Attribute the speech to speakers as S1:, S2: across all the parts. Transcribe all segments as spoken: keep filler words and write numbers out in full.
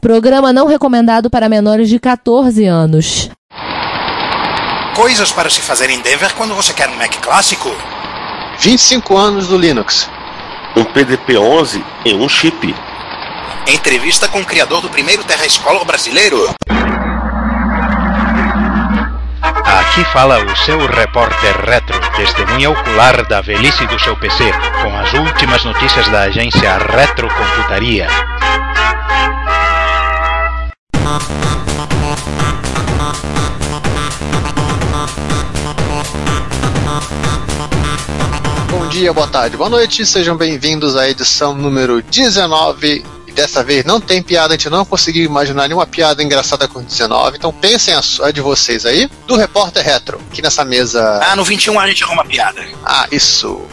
S1: Programa não recomendado para menores de catorze anos.
S2: Coisas para se fazer em Denver quando você quer um Mac clássico.
S3: vinte e cinco anos do Linux.
S4: Um P D P onze em um chip.
S2: Entrevista com o criador do primeiro Terra Explorer brasileiro.
S5: Aqui fala o seu repórter retro, testemunha ocular da velhice do seu P C, com as últimas notícias da agência Retrocomputaria.
S3: Bom dia, boa tarde, boa noite, sejam bem-vindos à edição número dezenove. E dessa vez não tem piada, a gente não conseguiu imaginar nenhuma piada engraçada com dezenove, então pensem a sua de vocês aí, do Repórter Retro, aqui nessa mesa.
S2: Ah, no vinte e um a gente arruma piada.
S3: Ah, isso.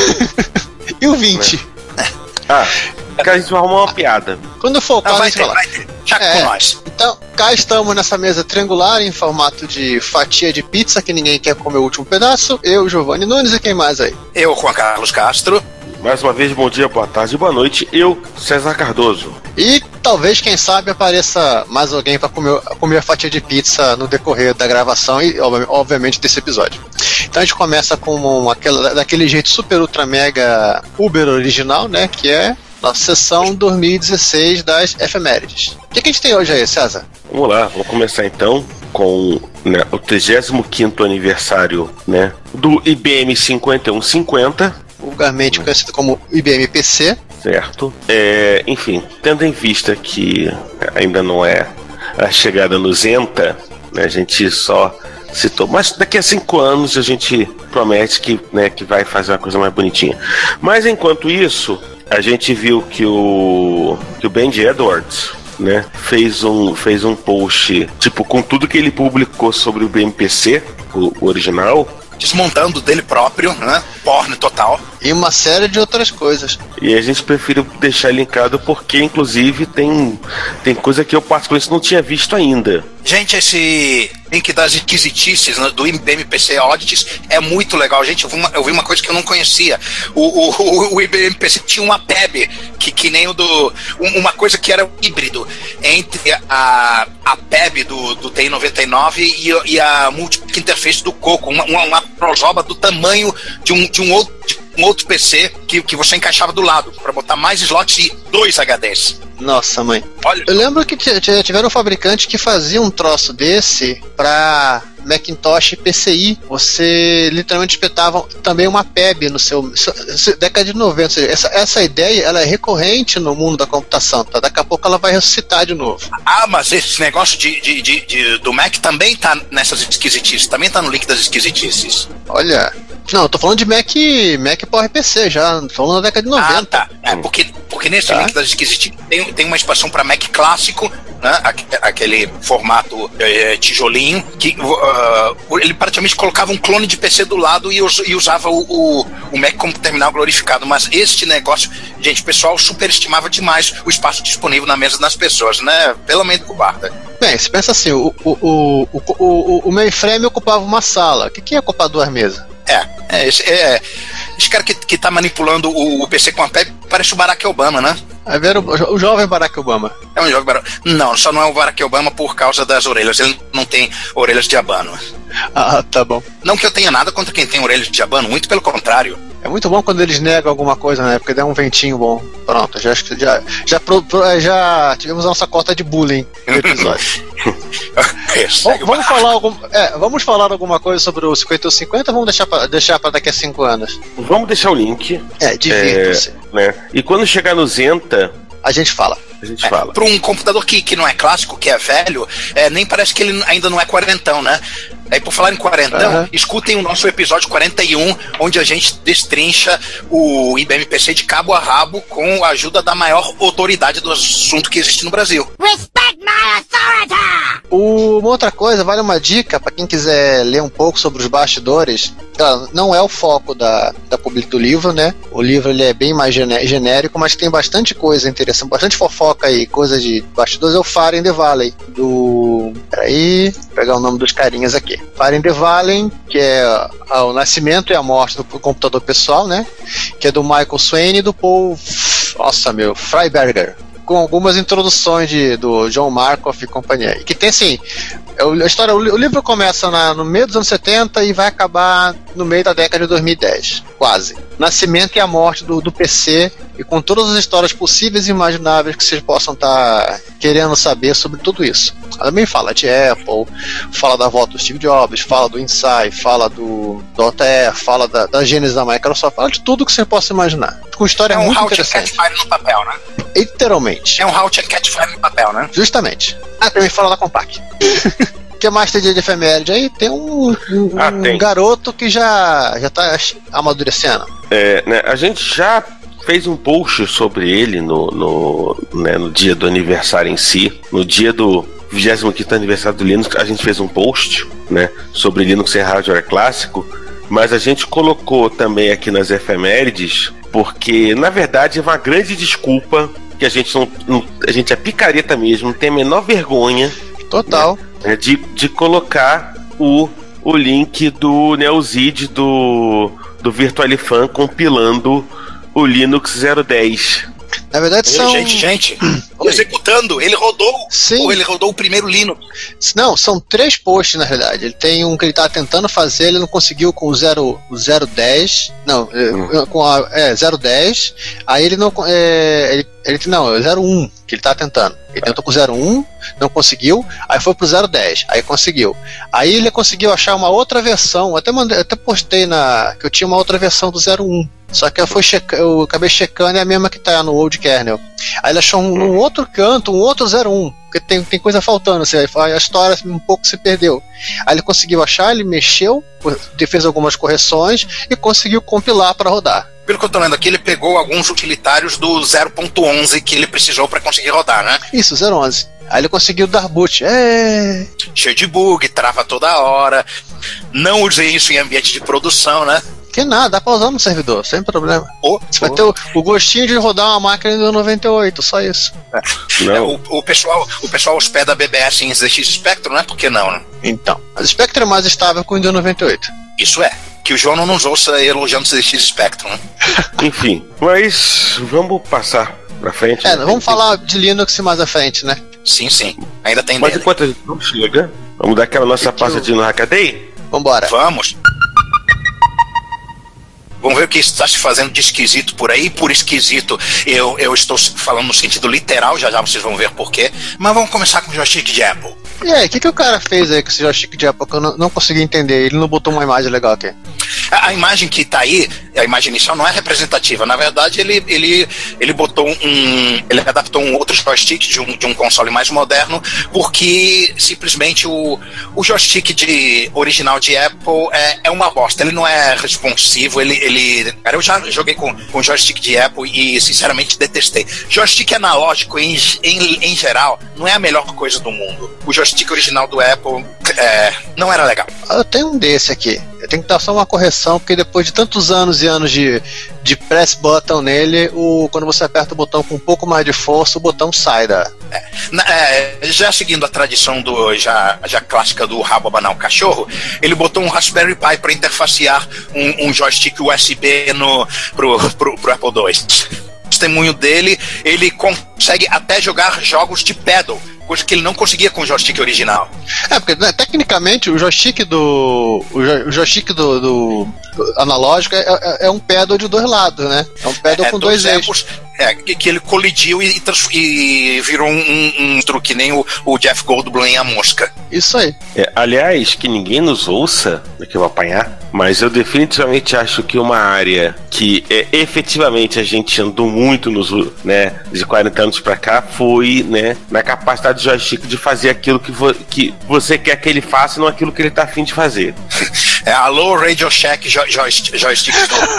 S3: E o vinte?
S4: Ah, a gente vai arrumar uma piada.
S3: Quando for o caso,
S2: Não,
S3: a
S2: vai
S3: gente
S2: ter,
S3: fala.
S2: vai ter. Já
S3: É.
S2: com nós.
S3: Então, cá estamos nessa mesa triangular em formato de fatia de pizza que ninguém quer comer o último pedaço. Eu, Giovanni Nunes, e quem mais aí?
S2: Eu, Juan Carlos Castro.
S4: Mais uma vez, bom dia, boa tarde, boa noite. Eu, César Cardoso.
S3: E talvez, quem sabe, apareça mais alguém para comer, comer a fatia de pizza no decorrer da gravação e, ob- obviamente, desse episódio. Então a gente começa com um, aquela, daquele jeito super ultra mega Uber original, né? Que é a sessão dois mil e dezesseis das efemérides. O que, que a gente tem hoje aí, César?
S4: Vamos lá, vamos começar então com, né, o trigésimo quinto aniversário, né, do I B M cinquenta e um cinquenta.
S3: Vulgarmente conhecido como I B M P C.
S4: Certo. É, enfim, tendo em vista que ainda não é a chegada no Zenta, né, a gente só citou, mas daqui a cinco anos a gente promete que, né, que vai fazer uma coisa mais bonitinha. Mas enquanto isso, a gente viu que o, que o Benji Edwards, né, fez um, fez um post, tipo, com tudo que ele publicou sobre o B M P C, o, o original.
S2: Desmontando dele próprio, né? Porno total.
S3: E uma série de outras coisas.
S4: E a gente prefere deixar linkado porque, inclusive, tem, tem coisa que eu particularmente não tinha visto ainda.
S2: Gente, esse link das esquisitices, né, do I B M P C Oddities é muito legal. Gente, eu vi uma, eu vi uma coisa que eu não conhecia. O, o, o, o I B M P C tinha uma P E B, que, que nem o do... um- uma coisa que era um híbrido entre a, a P E B do, do T I noventa e nove e, e a Multiplic Interface do Coco. Uma, uma, uma projoba do tamanho de um, de um outro... de um outro P C que, que você encaixava do lado para botar mais slots e dois H Ds.
S3: Nossa, mãe.
S2: Olha,
S3: Eu lembro que t- t- tiveram fabricantes que faziam um troço desse pra Macintosh e P C I. Você literalmente espetava também uma P E B no seu... seu- seu- década de noventa. Ou seja, essa, essa ideia, ela é recorrente no mundo da computação, tá? Daqui a pouco ela vai ressuscitar de novo.
S2: ah, mas esse negócio de, de, de, de- do Mac também tá nessas esquisitices, também tá no link das esquisitices.
S3: Olha... Não, eu tô falando de Mac, Mac Power P C já, tô falando da década de
S2: Ah,
S3: noventa.
S2: tá. É, porque, porque nesse
S3: Tá.
S2: link das esquisitices tem, tem uma expansão para Mac clássico, né? Aque- Aquele formato eh, tijolinho, que uh, ele praticamente colocava um clone de P C do lado e, us- e usava o, o, o Mac como terminal glorificado. Mas este negócio, gente, o pessoal superestimava demais o espaço disponível na mesa das pessoas, né? Pelo menos cobarda.
S3: Bem, você pensa assim, o, o, o, o, o, o mainframe ocupava uma sala. O que, que ia ocupar duas mesas?
S2: É, é, esse, é, esse cara que, que tá manipulando o, o P C com a P E B parece o Barack Obama, né?
S3: Aí ver o, o jovem Barack Obama.
S2: É um jogo Barack... Não, só não é o Barack Obama por causa das orelhas. Ele não tem orelhas de abano.
S3: Ah, tá bom.
S2: Não que eu tenha nada contra quem tem orelhas de abano, muito pelo contrário.
S3: É muito bom quando eles negam alguma coisa na época, dá um ventinho bom. Pronto, já, já, já, pro- pro- já tivemos a nossa cota de bullying no episódio.
S2: É,
S3: Bom,
S2: segue o
S3: vamos,
S2: barco.
S3: falar algum, é, vamos falar alguma coisa sobre o cinquenta ou cinquenta ou vamos deixar pra, deixar pra daqui a cinco anos?
S4: Vamos deixar o link,
S3: É, divirtam-se.
S4: né? E quando chegar no Zenta,
S3: A gente fala.
S4: a gente
S2: É,
S4: fala.
S2: para um computador que, que não é clássico, que é velho, é, nem parece que ele ainda não é quarentão, né? Aí, por falar em quarentão,
S3: Uhum.
S2: escutem o nosso episódio quarenta e um, onde a gente destrincha o I B M P C de cabo a rabo com a ajuda da maior autoridade do assunto que existe no Brasil.
S6: Respect my authority!
S3: O- uma outra coisa, vale uma dica para quem quiser ler um pouco sobre os bastidores. Claro, não é o foco da, da public do livro, né? O livro ele é bem mais gené- genérico, mas tem bastante coisa interessante, bastante fofoca e coisa de bastidores. É o Fire in the Valley, do... Peraí, vou pegar o nome dos carinhas aqui. Fire in the Valley, que é a- o nascimento e a morte do computador pessoal, né? Que é do Michael Swain e do Paul... Nossa, meu, Freiberger. com algumas introduções de, do John Markoff e companhia. E que tem assim, a história, o livro começa na, no meio dos anos setenta e vai acabar no meio da década de dois mil e dez, quase. Nascimento e a morte do, do P C, e com todas as histórias possíveis e imagináveis que vocês possam estar querendo saber sobre tudo isso. Ela também fala de Apple, fala da volta do Steve Jobs, fala do Insight, fala do, do A T E, fala da, da gênese da Microsoft, fala de tudo que você possa imaginar. Com história
S2: é um
S3: muito
S2: How
S3: interessante.
S2: To Catch Fire no papel, né?
S3: Literalmente.
S2: É um How To Catch Fire no papel, né?
S3: Justamente. Ah, também fala da Compaq. O que mais tem de efeméride? Aí tem um, um,
S4: ah, tem.
S3: um garoto que já, já tá amadurecendo.
S4: É, né, a gente já fez um post sobre ele no, no, né, no dia do aniversário em si. No dia do vigésimo quinto aniversário do Linux, a gente fez um post, né, sobre Linux em hardware clássico. Mas a gente colocou também aqui nas efemérides, porque na verdade é uma grande desculpa que a gente não, não a gente é picareta mesmo, não tem a menor vergonha.
S3: Total.
S4: Né, de, de colocar o, o link do Neozid do, do VirtualiFan compilando o Linux zero dez.
S3: Na verdade
S2: Ei,
S3: são...
S2: Gente, gente, executando, ele rodou.
S3: Sim.
S2: Ou ele rodou o primeiro Linux.
S3: Não, são três posts na realidade. Ele tem um que ele tá tentando fazer, ele não conseguiu com o zero dez. Não, hum. com a é, zero dez. Aí ele não. É, ele, ele não, é zero um que ele tá tentando. Ele tentou com o zero um, não conseguiu. Aí foi pro zero dez, aí conseguiu. Aí ele conseguiu achar uma outra versão. Até mandei, até postei na que eu tinha uma outra versão do zero um. Só que eu, fui checa, eu acabei checando, é a mesma que tá no old kernel. Aí ele achou um, um outro canto, um outro zero um, porque tem, tem coisa faltando, assim, a história um pouco se perdeu. Aí ele conseguiu achar, ele mexeu, fez algumas correções e conseguiu compilar para rodar.
S2: Pelo que eu tô lendo aqui, ele pegou alguns utilitários do zero ponto onze que ele precisou para conseguir rodar, né?
S3: Isso, zero onze. Aí ele conseguiu dar boot. É...
S2: Cheio de bug, trava toda hora. Não usei isso em ambiente de produção, né?
S3: Que nada, dá pra usar no servidor, sem problema.
S2: Oh,
S3: Você oh. vai ter o, o gostinho de rodar uma máquina do noventa e oito, só isso.
S2: É. É, o, o, pessoal, o pessoal hospeda B B S em Z X Spectrum, né? Por que não, né?
S3: Então, a Spectrum é mais estável que o Windows noventa e oito.
S2: Isso é. Que o João não nos ouça elogiando o Z X Spectrum, né?
S4: Enfim, mas vamos passar pra frente.
S3: É,
S4: né?
S3: vamos falar de Linux mais à frente, né?
S2: Sim, sim. Ainda tem
S4: Mas
S2: dele.
S4: enquanto a gente não chega, vamos dar aquela nossa passadinha no Hackaday?
S3: Vambora.
S2: Vamos. Vamos ver o que está se fazendo de esquisito por aí. Por esquisito, eu, eu estou falando no sentido literal, já já vocês vão ver por quê. Mas vamos começar com o joystick de Apple.
S3: E aí, o que, que o cara fez aí com esse joystick de Apple que eu não, não consegui entender? Ele não botou uma imagem legal aqui.
S2: A, a imagem que está aí, a imagem inicial não é representativa. Na verdade, ele, ele, ele botou um... Ele adaptou um outro joystick de um, de um console mais moderno, porque simplesmente o, o joystick de, original de Apple é, é uma bosta. Ele não é responsivo, ele... ele cara, eu já joguei com, com joystick de Apple e, sinceramente, detestei. Joystick analógico, em, em, em geral, não é a melhor coisa do mundo. O joystick original do Apple é, não era legal.
S3: Eu tenho um desse aqui. Eu tenho que dar só uma correção, porque depois de tantos anos e anos de, de press button nele, o, quando você aperta o botão com um pouco mais de força, o botão sai da...
S2: É, na, é, já seguindo a tradição do, já, já clássica do rabo abanar o cachorro, ele botou um Raspberry Pi para interfacear um, um joystick U S B no, pro, pro, pro Apple dois. Testemunho dele, ele consegue até jogar jogos de pedal, coisa que ele não conseguia com o joystick original.
S3: É, porque né, tecnicamente o joystick do. O, jo, o joystick do, do, do analógico é, é, é um pedal de dois lados, né? É um pedal é, com dois, dois eixos.
S2: É, que, que ele colidiu e, e virou um, um, um truque, nem o, o Jeff Goldblum em A Mosca.
S3: Isso aí.
S4: É, aliás, que ninguém nos ouça, que eu vou apanhar, mas eu definitivamente acho que uma área que é, efetivamente a gente andou muito nos, né, de quarenta anos pra cá foi, né, na capacidade do joystick de fazer aquilo que, vo, que você quer que ele faça e não aquilo que ele tá afim de fazer.
S2: É, alô, Radio Shack, jo, joystick, joystick.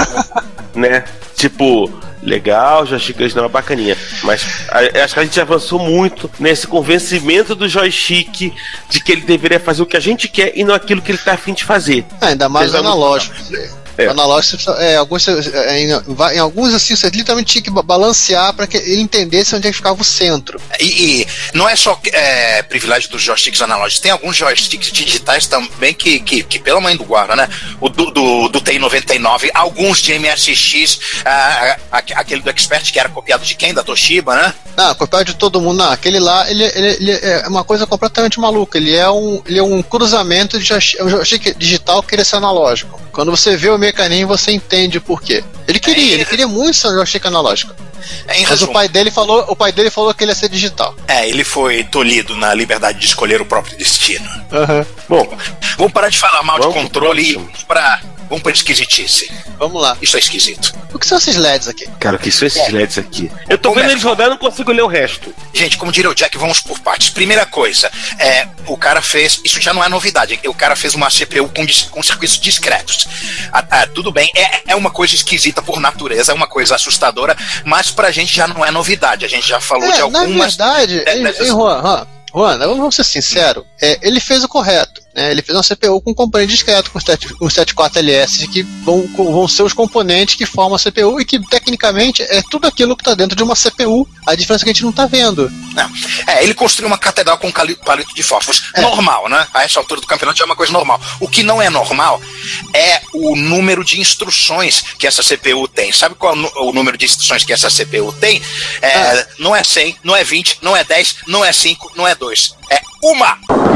S4: Né? Tipo, legal, joystick original é bacaninha, mas a, acho que a gente avançou muito nesse convencimento do joystick de que ele deveria fazer o que a gente quer e não aquilo que ele tá afim de fazer.
S3: É, ainda mais analógico.
S4: É.
S3: O analógico, é, alguns, é, em, em alguns assim, você literalmente tinha que balancear para que ele entendesse onde é que ficava o centro.
S2: E, e não é só é, privilégio dos joysticks analógicos, tem alguns joysticks digitais também que, que, que pela mãe do guarda, né? O do, do, do T I noventa e nove, alguns de M S X, ah, aquele do Expert que era copiado de quem? Da Toshiba, né?
S3: Não, copiado de todo mundo. Não, aquele lá, ele, ele, ele é uma coisa completamente maluca. Ele é um, ele é um cruzamento de joystick digital que queria ser analógico. Quando você vê o mecanismo, você entende o porquê. Ele queria, é, ele queria muito ser joystick analógico. É, Mas resumo, o pai dele falou, o pai dele falou que ele ia ser digital.
S2: É, ele foi tolhido na liberdade de escolher o próprio destino.
S3: Uhum.
S2: Bom, vamos parar de falar mal vamos de controle e vamos pra, vamos pra esquisitice.
S3: Vamos lá.
S2: Isso é esquisito.
S3: O que são esses L E Ds aqui?
S4: Cara, o que são esses é. L E Ds aqui? Eu tô vendo eles rodando e não consigo ler o resto.
S2: Gente, como diria o Jack, vamos por partes. Primeira coisa, é, o cara fez, isso já não é novidade, o cara fez uma C P U com, com circuitos discretos. Ah, ah, tudo bem, é, é uma coisa esquisita por natureza, é uma coisa assustadora, mas pra gente já não é novidade. A gente já falou
S3: é,
S2: de algumas...
S3: Na verdade, é, dessas... hein, Juan, Juan, Juan, vamos ser sinceros, é, ele fez o correto. Né, ele fez uma C P U com componente discreto, com os setenta e quatro L S, que vão, vão ser os componentes que formam a C P U e que, tecnicamente, é tudo aquilo que está dentro de uma C P U. A diferença é que a gente não está vendo.
S2: Não. É, ele construiu uma catedral com palito de fósforos. É. Normal, né? A essa altura do campeonato é uma coisa normal. O que não é normal é o número de instruções que essa C P U tem. Sabe qual é o número de instruções que essa C P U tem? É, é. Não é cem, não é vinte, não é dez, não é cinco, não é dois. É uma!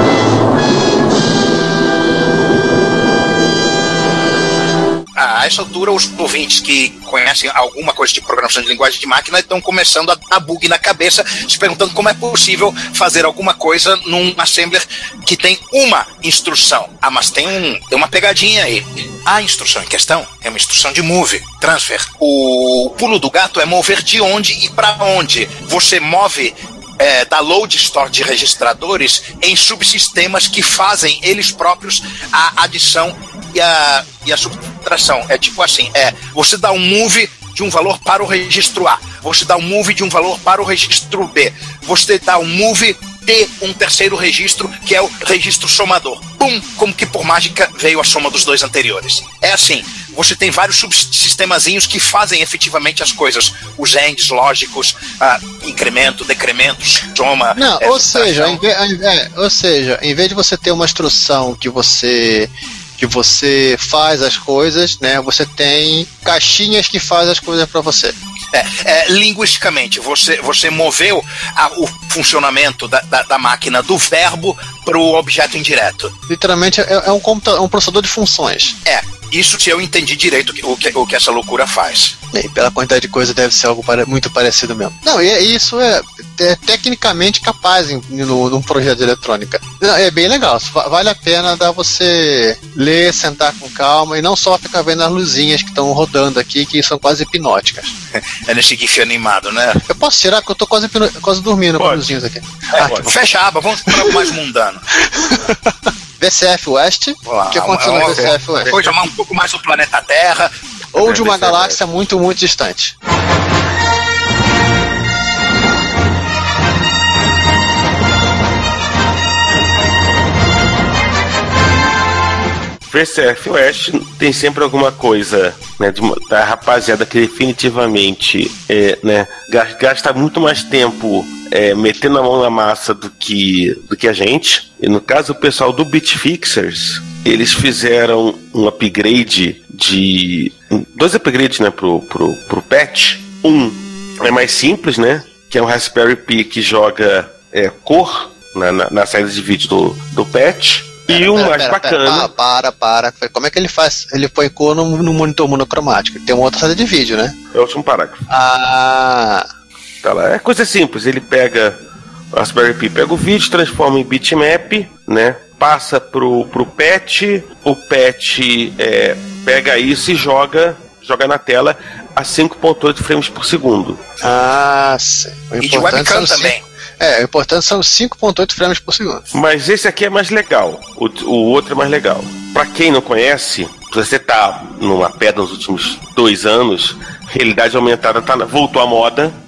S2: A essa altura, os ouvintes que conhecem alguma coisa de programação de linguagem de máquina estão começando a dar bug na cabeça, se perguntando como é possível fazer alguma coisa num assembler que tem uma instrução. Ah, mas tem, um, tem uma pegadinha aí. A instrução em questão é uma instrução de move, transfer. O pulo do gato é mover de onde e para onde. Você move... É, da load store de registradores em subsistemas que fazem eles próprios a adição e a, e a subtração. É tipo assim, é, você dá um move de um valor para o registro A, você dá um move de um valor para o registro B, você dá um move de um terceiro registro, que é o registro somador. Pum! Como que por mágica veio a soma dos dois anteriores. É assim, você tem vários subsistemazinhos que fazem efetivamente as coisas. Os ends lógicos, ah, incremento, decremento, soma...
S3: Não, ou seja, em vez, é, ou seja, em vez de você ter uma instrução que você... que você faz as coisas, né? Você tem caixinhas que fazem as coisas para você.
S2: É, é, linguisticamente, você, você moveu a, o funcionamento da, da, da máquina do verbo para o objeto indireto.
S3: Literalmente é, é, um é um processador de funções.
S2: É, isso se eu entendi direito o que, o que essa loucura faz.
S3: E pela quantidade de coisa deve ser algo para, muito parecido mesmo. Não, e isso é, é tecnicamente capaz em, no, num projeto de eletrônica. Não, é bem legal, vale a pena dar você ler, sentar com calma e não só ficar vendo as luzinhas que estão rodando aqui, que são quase hipnóticas.
S2: É nesse gif animado, né?
S3: Eu posso tirar porque eu tô quase, quase dormindo pode. Com as luzinhas aqui.
S2: É, ah, tipo... Fecha a aba, vamos para algo mais mundano.
S3: V C F West.
S2: Olá,
S3: o que aconteceu no V C F West?
S2: Foi chamar um pouco mais do planeta Terra.
S3: Ou de uma galáxia muito, muito distante.
S4: V C F West tem sempre alguma coisa, né, de uma, da rapaziada que definitivamente é, né, gasta muito mais tempo é, metendo a mão na massa do que, do que a gente. E no caso o pessoal do Bitfixers, eles fizeram um upgrade de... dois upgrades, né, pro, pro, pro patch. Um é mais simples, né, que é um Raspberry Pi que joga é, cor na, na, na saída de vídeo do, do patch. Pera, e o pera, mais pera, bacana...
S3: Pera, para, para, para. Como é que ele faz? Ele põe cor no, no monitor monocromático. Tem uma outra saída de vídeo, né?
S4: É o último parágrafo.
S3: Ah...
S4: Tá lá. É coisa simples. Ele pega... O Raspberry Pi pega o vídeo, transforma em bitmap, né? Passa pro, pro patch. O patch é, pega isso e joga, joga na tela a cinco ponto oito frames por segundo.
S3: Ah, sim. O
S2: e de webcam também.
S3: É, o importante são cinco ponto oito frames por segundo.
S4: Mas esse aqui é mais legal. O, o outro é mais legal. Pra quem não conhece, se você tá numa pedra nos últimos dois anos, realidade aumentada tá, voltou à moda.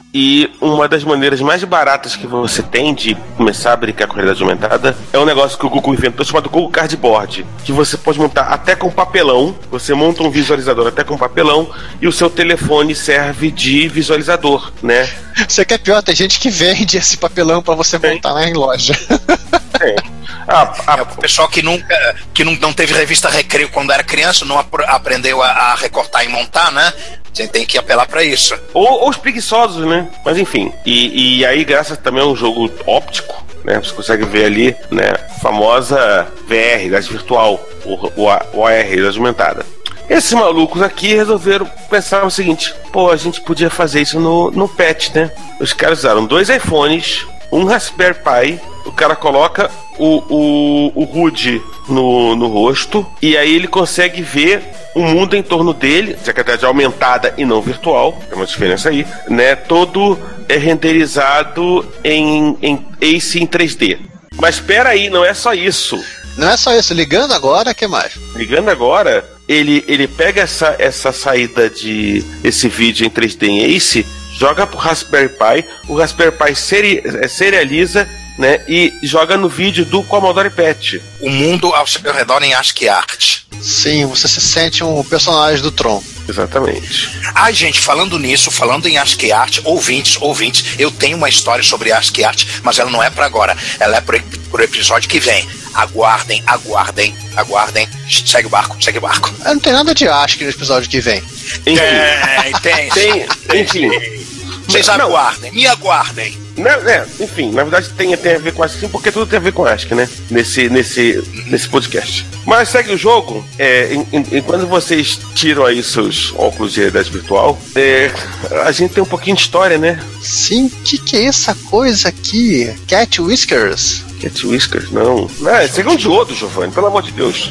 S4: E uma das maneiras mais baratas que você tem de começar a brincar com realidade aumentada é um negócio que o Google inventou chamado Google Cardboard, que você pode montar até com papelão. Você monta um visualizador até com papelão e o seu telefone serve de visualizador, né?
S3: Você quer pior, tem gente que vende esse papelão pra você
S4: Tem.
S3: montar lá em loja.
S4: Tem. Ah, ah,
S2: É, o pessoal que nunca que não, não teve revista Recreio quando era criança, não ap- aprendeu a, a recortar e montar, né? A gente tem que apelar pra isso.
S4: ou, ou os preguiçosos, né? Mas enfim. E, e aí, graças também a um jogo óptico, né? Você consegue ver ali, né? Famosa V R, realidade virtual, o, o, A- o A R, realidade aumentada. Esses malucos aqui resolveram pensar o seguinte: pô, a gente podia fazer isso no, no Pet, né? Os caras usaram dois iPhones, um Raspberry Pi, o cara coloca o, o, o H U D no, no rosto, e aí ele consegue ver o mundo em torno dele, de realidade aumentada e não virtual, tem uma diferença aí, né? Todo é renderizado em, em Ace em três D. Mas espera aí, não é só isso.
S3: Não é só isso, ligando agora, o que mais?
S4: Ligando agora, ele, ele pega essa, essa saída de esse vídeo em três D em Ace, joga pro Raspberry Pi, o Raspberry Pi seri, serializa, né, e joga no vídeo do Commodore PET.
S2: O mundo ao seu redor em ASCII Art.
S3: Sim, você se sente um personagem do Tron.
S4: Exatamente.
S2: Ai, gente, falando nisso, falando em ASCII Art, ouvintes, ouvintes, eu tenho uma história sobre ASCII Art, mas ela não é pra agora, ela é pro, pro episódio que vem. Aguardem, aguardem, aguardem. Segue o barco, segue o barco.
S3: Não tem nada de ASCII no episódio que vem.
S4: Enfim,
S2: Tem, tem,
S4: tem,
S2: tem,
S4: enfim.
S2: Vocês
S4: Não.
S2: aguardem, me aguardem.
S4: Na, é, enfim, na verdade tem, tem a ver com ASCII, porque tudo tem a ver com ASCII, né? Nesse, nesse, nesse podcast. Mas segue o jogo. É, em, em, enquanto vocês tiram aí seus óculos de realidade virtual, é, a gente tem um pouquinho de história, né?
S3: Sim, o que, que é essa coisa aqui? Cat Whiskers?
S4: Cat Whiskers, não. Não, esse aqui é um diodo, Giovanni, pelo amor de Deus.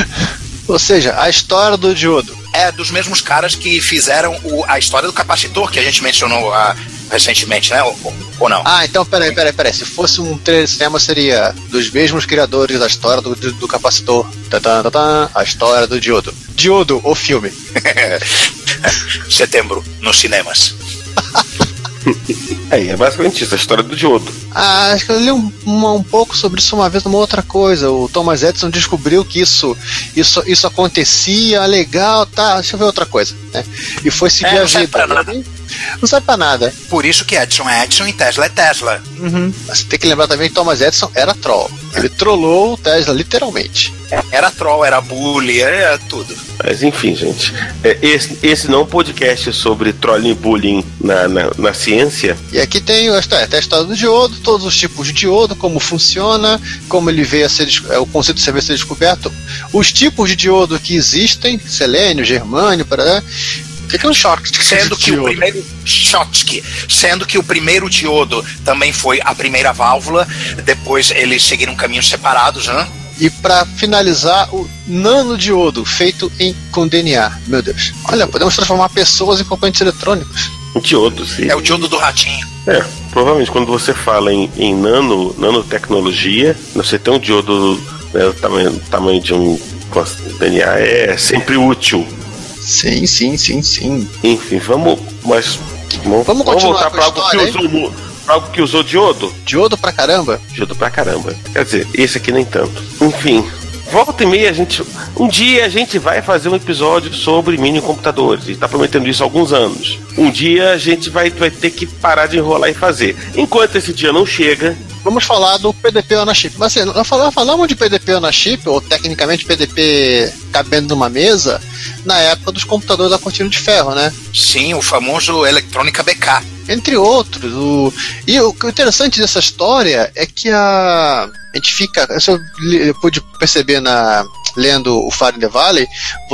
S3: Ou seja, a história do diodo.
S2: É dos mesmos caras que fizeram o, a história do capacitor que a gente mencionou ah, recentemente, né? Ou, ou não?
S3: Ah, então peraí, peraí, peraí. Se fosse um trailer de cinema, seria dos mesmos criadores da história do, do, do capacitor. Tatã, tatã, a história do diodo. Diodo, o filme.
S2: Setembro, nos cinemas.
S4: É, é basicamente isso, a história do diodo.
S3: Ah, acho que eu li um, uma, um pouco sobre isso uma vez numa outra coisa. O Thomas Edison descobriu que isso, isso, isso acontecia, legal, tá, deixa eu ver outra coisa, né? E foi seguir
S2: É,
S3: a
S2: não serve
S3: vida.
S2: pra nada.
S3: Não serve pra nada.
S2: Por isso que Edison é Edison e Tesla é Tesla.
S3: Uhum. Mas você tem que lembrar também que Thomas Edison era troll. Ele trollou o Tesla, literalmente.
S2: Era troll, era bully, era tudo.
S4: Mas enfim, gente. É, esse, esse não é um podcast sobre trolling e bullying na, na, na ciência.
S3: E aqui tem a história, tem a história do diodo, todos os tipos de diodo, como funciona, como ele veio a ser, é, o conceito veio a ser descoberto, os tipos de diodo que existem, selênio, germânio, parará. O que, que é um Schottky?
S2: Sendo que o primeiro Schottky, sendo que o primeiro diodo também foi a primeira válvula, depois eles seguiram caminhos separados, né?
S3: E para finalizar, o nanodiodo, feito em, com D N A. Meu Deus. Olha, podemos transformar pessoas em componentes eletrônicos.
S4: Um diodo, sim.
S2: É o diodo do ratinho.
S4: É, provavelmente quando você fala em, em nano, nanotecnologia, você tem um diodo, né, o tamanho, tamanho de um D N A é sempre útil.
S3: Sim, sim, sim, sim.
S4: Enfim, vamos. Mas. Vamos,
S3: Vamos
S4: vamos
S3: continuar
S4: voltar
S3: com
S4: para
S3: a
S4: algo que
S3: história,
S4: usou. Pra algo que usou diodo?
S3: Diodo pra caramba?
S4: Diodo pra caramba. Quer dizer, esse aqui nem tanto. Enfim. Volta e meia, a gente. Um dia a gente vai fazer um episódio sobre mini computadores. E tá prometendo isso há alguns anos. Um dia a gente vai, vai ter que parar de enrolar e fazer. Enquanto esse dia não chega.
S3: Vamos falar do P D P on a chip. Mas assim, nós falamos, falamos de P D P on a chip, ou tecnicamente P D P cabendo numa mesa, na época dos computadores da cortina de ferro, né?
S2: Sim, o famoso Eletrônica B K.
S3: Entre outros. O... E o interessante dessa história é que a, a gente fica. Isso eu, eu pude perceber na, lendo o Far in the Valley,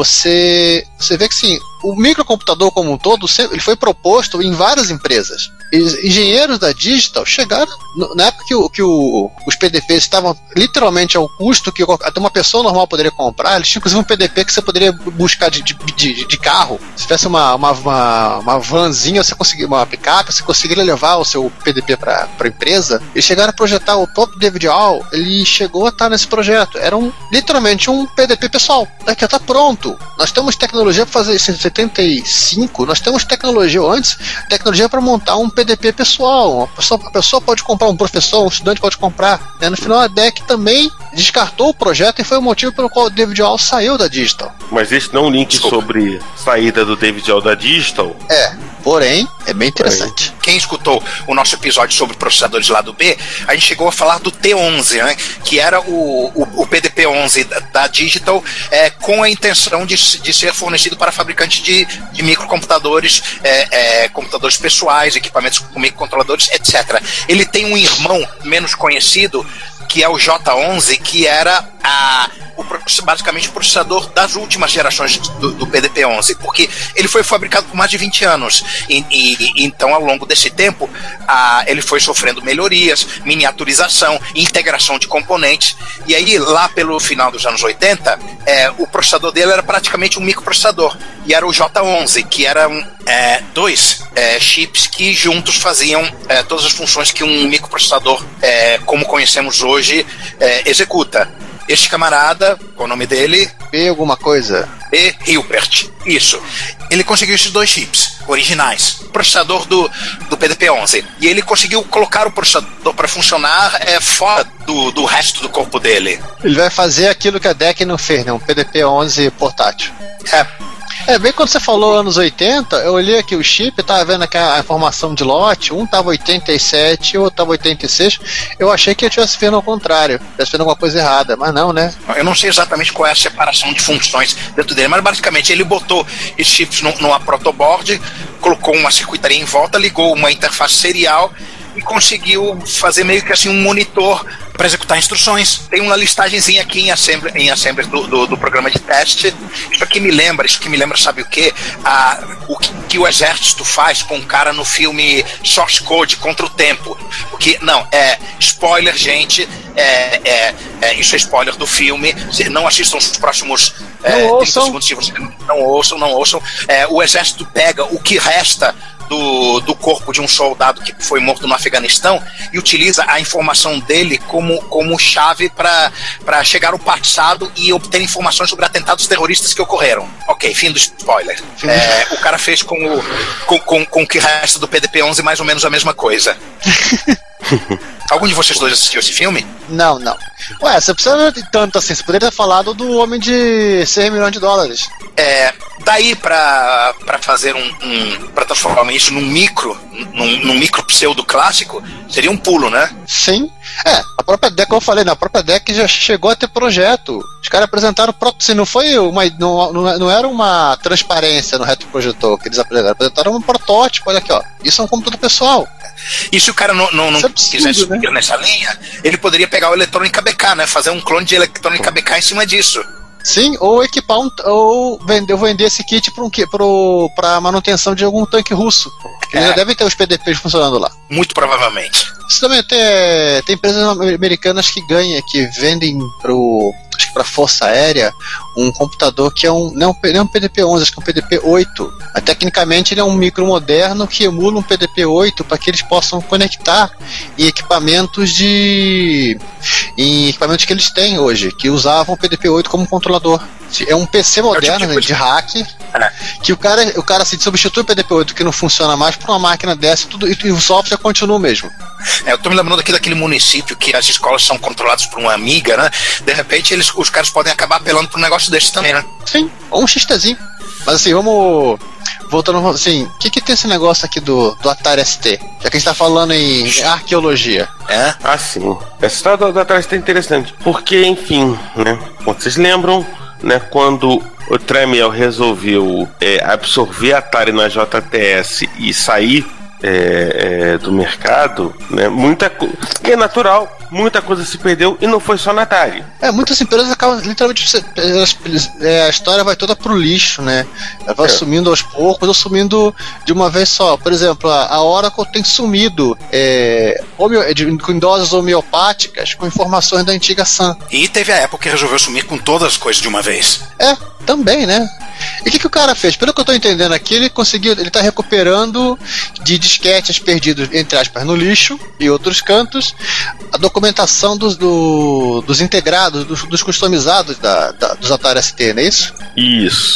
S3: você, você vê que sim, o microcomputador como um todo ele foi proposto em várias empresas. Engenheiros da Digital chegaram na época que, o, que o, os P D Ps estavam literalmente ao custo que até uma pessoa normal poderia comprar. Eles tinham inclusive um P D P que você poderia buscar de, de, de, de carro. Se tivesse uma, uma, uma, uma vanzinha, você conseguia, uma picape, você conseguiria levar o seu P D P para a empresa. Eles chegaram a projetar o próprio David Hall, ele chegou a estar nesse projeto. Era um, literalmente um P D P pessoal. Daqui está pronto. Nós temos tecnologia para fazer isso em setenta e cinco, nós temos tecnologia ou antes, tecnologia para montar um P P D P pessoal. Uma pessoa, a pessoa pode comprar, um professor, um estudante pode comprar. Né? No final, a D E C também descartou o projeto e foi o motivo pelo qual o David Hall saiu da Digital.
S4: Mas esse não é um link
S2: Desculpa.
S4: sobre saída do David Hall da Digital?
S3: É, porém, é bem interessante.
S2: Quem escutou o nosso episódio sobre processadores lado B, a gente chegou a falar do T onze, né, que era o, o, o P D P onze da, da Digital, é, com a intenção de, de ser fornecido para fabricantes de, de microcomputadores, é, é, computadores pessoais, equipamentos com microcontroladores, etcétera. Ele tem um irmão menos conhecido, que é o J onze, que era a, o, basicamente o processador das últimas gerações do, do P D P onze, porque ele foi fabricado por mais de vinte anos, e, e então ao longo desse tempo a, ele foi sofrendo melhorias, miniaturização, integração de componentes, e aí lá pelo final dos anos oitenta, é, o processador dele era praticamente um microprocessador, e era o J onze, que eram é, dois é, chips que juntos faziam é, todas as funções que um microprocessador, é, como conhecemos hoje, é, executa. Este camarada, qual é o nome dele?
S3: B alguma coisa?
S2: B. Hilbert. Isso. Ele conseguiu esses dois chips originais, processador do, do P D P onze. E ele conseguiu colocar o processador para funcionar é, fora do, do resto do corpo dele.
S3: Ele vai fazer aquilo que a D E C não fez, né? Um P D P onze portátil.
S2: É.
S3: É, bem quando você falou anos oitenta, eu olhei aqui o chip, eu tava vendo aqui a informação de lote, um tava oitenta e sete, o outro tava oitenta e seis, eu achei que eu tivesse vendo ao contrário, tivesse vendo alguma coisa errada, mas não, né?
S2: Eu não sei exatamente qual é a separação de funções dentro dele, mas basicamente ele botou esses chips numa protoboard, colocou uma circuitaria em volta, ligou uma interface serial e conseguiu fazer meio que assim um monitor para executar instruções. Tem uma listagenzinha aqui em assembly, em assembly do, do, do programa de teste. Isso aqui me lembra, isso aqui me lembra, sabe o quê? Ah, o que, que o exército faz com o cara no filme Source Code, Contra o Tempo. Porque, não, é spoiler, gente, é, é, é, isso é spoiler do filme. Não assistam os próximos é, trinta segundos, se vocês não ouçam, não ouçam. É, o exército pega o que resta Do, do corpo de um soldado que foi morto no Afeganistão e utiliza a informação dele como, como chave para chegar ao passado e obter informações sobre atentados terroristas que ocorreram. Ok, fim do spoiler. É, o cara fez com o, com, com, com o que resta do P D P onze mais ou menos a mesma coisa. Algum de vocês dois assistiu esse filme?
S3: Não, não. Ué, você precisa de tanto assim, você poderia ter falado do Homem de cem milhões de dólares.
S2: É, daí pra, pra fazer um, um pra transformar isso num micro, num, num micro pseudo clássico, seria um pulo, né?
S3: Sim. É, a própria D E C, como eu falei, na própria D E C já chegou a ter projeto. Os caras apresentaram, assim, não foi uma, não, não, não era uma transparência no retroprojetor que eles apresentaram, apresentaram um protótipo, olha aqui, ó, isso é um computador pessoal.
S2: E se o cara não, não, não
S3: é absurdo,
S2: quisesse subir,
S3: né,
S2: nessa linha, ele poderia pegar o Eletrônica B K, né? Fazer um clone de Eletrônica B K em cima disso.
S3: Sim, ou equipar um, ou vender, vender esse kit para um, pro, pra manutenção de algum tanque russo. Eles
S2: É.
S3: já devem ter os P D Ps funcionando lá.
S2: Muito provavelmente.
S3: Isso também tem, tem empresas americanas que ganham, que vendem pro, acho que pra Força Aérea um computador que é um, não, não é um P D P onze, acho que é um P D P oito. Mas, tecnicamente ele é um micro moderno que emula um P D P oito para que eles possam conectar em equipamentos de em equipamentos que eles têm hoje, que usavam o P D P oito como controlador. É um P C moderno,
S2: tipo
S3: né,
S2: de
S3: de hack,
S2: É.
S3: que o cara, o cara se substitui o P D P oito que não funciona mais por uma máquina dessa, tudo, e, e o software continua o mesmo.
S2: É, eu tô me lembrando aqui daquele município que as escolas são controladas por uma amiga, né? De repente eles, os caras podem acabar apelando para um negócio desse também, né?
S3: Sim, ou um XTzinho. Mas assim, vamos. Voltando assim, o que, que tem esse negócio aqui do, do Atari S T? Já que a gente tá falando em arqueologia.
S2: É?
S4: Ah, sim. Essa história do, do Atari é interessante. Porque, enfim, né? Como vocês lembram, né? Quando o Tramiel resolveu é, absorver a Atari na J T S e sair é, é, do mercado, né? Muita coisa. E é natural. Muita coisa se perdeu e não foi só na Atari.
S3: É, muitas empresas acabam literalmente. Elas, é, a história vai toda pro lixo, né? Ela vai
S4: É.
S3: sumindo aos poucos ou sumindo de uma vez só. Por exemplo, a, a Oracle tem sumido é, homeo, de, com doses homeopáticas com informações da antiga Sun.
S2: E teve a época que resolveu sumir com todas as coisas de uma vez.
S3: É, também, né? E o que, que o cara fez? Pelo que eu tô entendendo aqui, ele conseguiu, ele tá recuperando de disquetes perdidos, entre aspas, no lixo e outros cantos, a documentação dos, do, dos integrados, dos, dos customizados da, da, dos Atari S T, não é isso?
S4: Isso.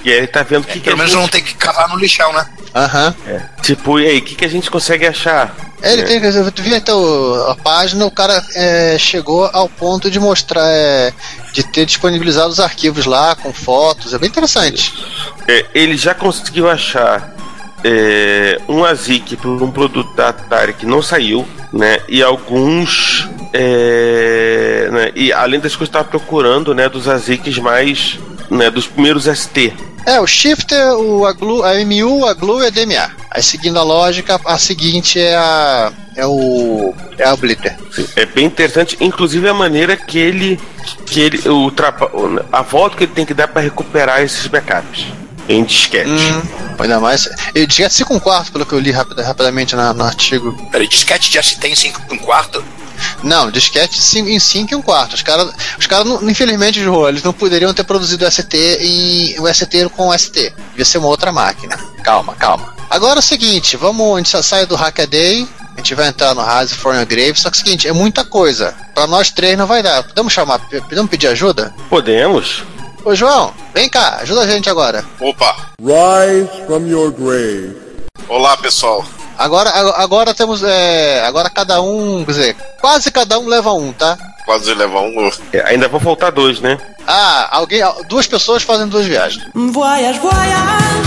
S4: E aí tá vendo o que,
S2: é,
S4: que a
S2: pelo menos
S4: gente...
S2: não tem que cavar no lixão, né?
S3: Aham.
S4: É. Tipo, e aí, o que, que a gente consegue achar?
S3: É, ele
S4: É.
S3: tem, tu viu então a página, o cara é, chegou ao ponto de mostrar, é, de ter disponibilizado os arquivos lá com fotos, é bem interessante.
S4: É, ele já conseguiu achar é, um A S I C para um produto da Atari que não saiu, né? E alguns, é, né, e além das coisas que estava procurando, né, dos A S I Cs mais, né, dos primeiros S T.
S3: É, o Shifter, o a, Glu, a M U, a Glue e a D M A. Aí seguindo a lógica, a seguinte é a é o é a Blitter.
S4: Sim, é bem interessante, inclusive a maneira que ele que ele o trapa, a volta que ele tem que dar para recuperar esses backups em disquete.
S3: Hum, ainda mais. E disquete cinco um quarto, pelo que eu li rapid, rapidamente na, no artigo.
S2: Peraí, disquete de S T em cinco um quarto?
S3: Não, disquete em cinco e um quarto. Os caras, os cara, infelizmente, eles não poderiam ter produzido o S T em o S T com o S T. Devia ser uma outra máquina. Calma, calma. Agora é o seguinte, vamos, a gente sai do Hackaday, a gente vai entrar no Rise for Your Grave, só que é o seguinte, é muita coisa. Pra nós três não vai dar. Podemos chamar, podemos pedir ajuda?
S4: Podemos.
S3: Ô João, vem cá, ajuda a gente agora.
S7: Opa!
S8: Rise from your grave.
S7: Olá, pessoal.
S3: Agora, agora temos, é, agora cada um, quer dizer, quase cada um leva um, tá?
S7: Quase levar um.
S4: É, ainda vão faltar dois, né?
S3: Ah, alguém, duas pessoas fazem duas viagens.
S9: Voyage, voyage.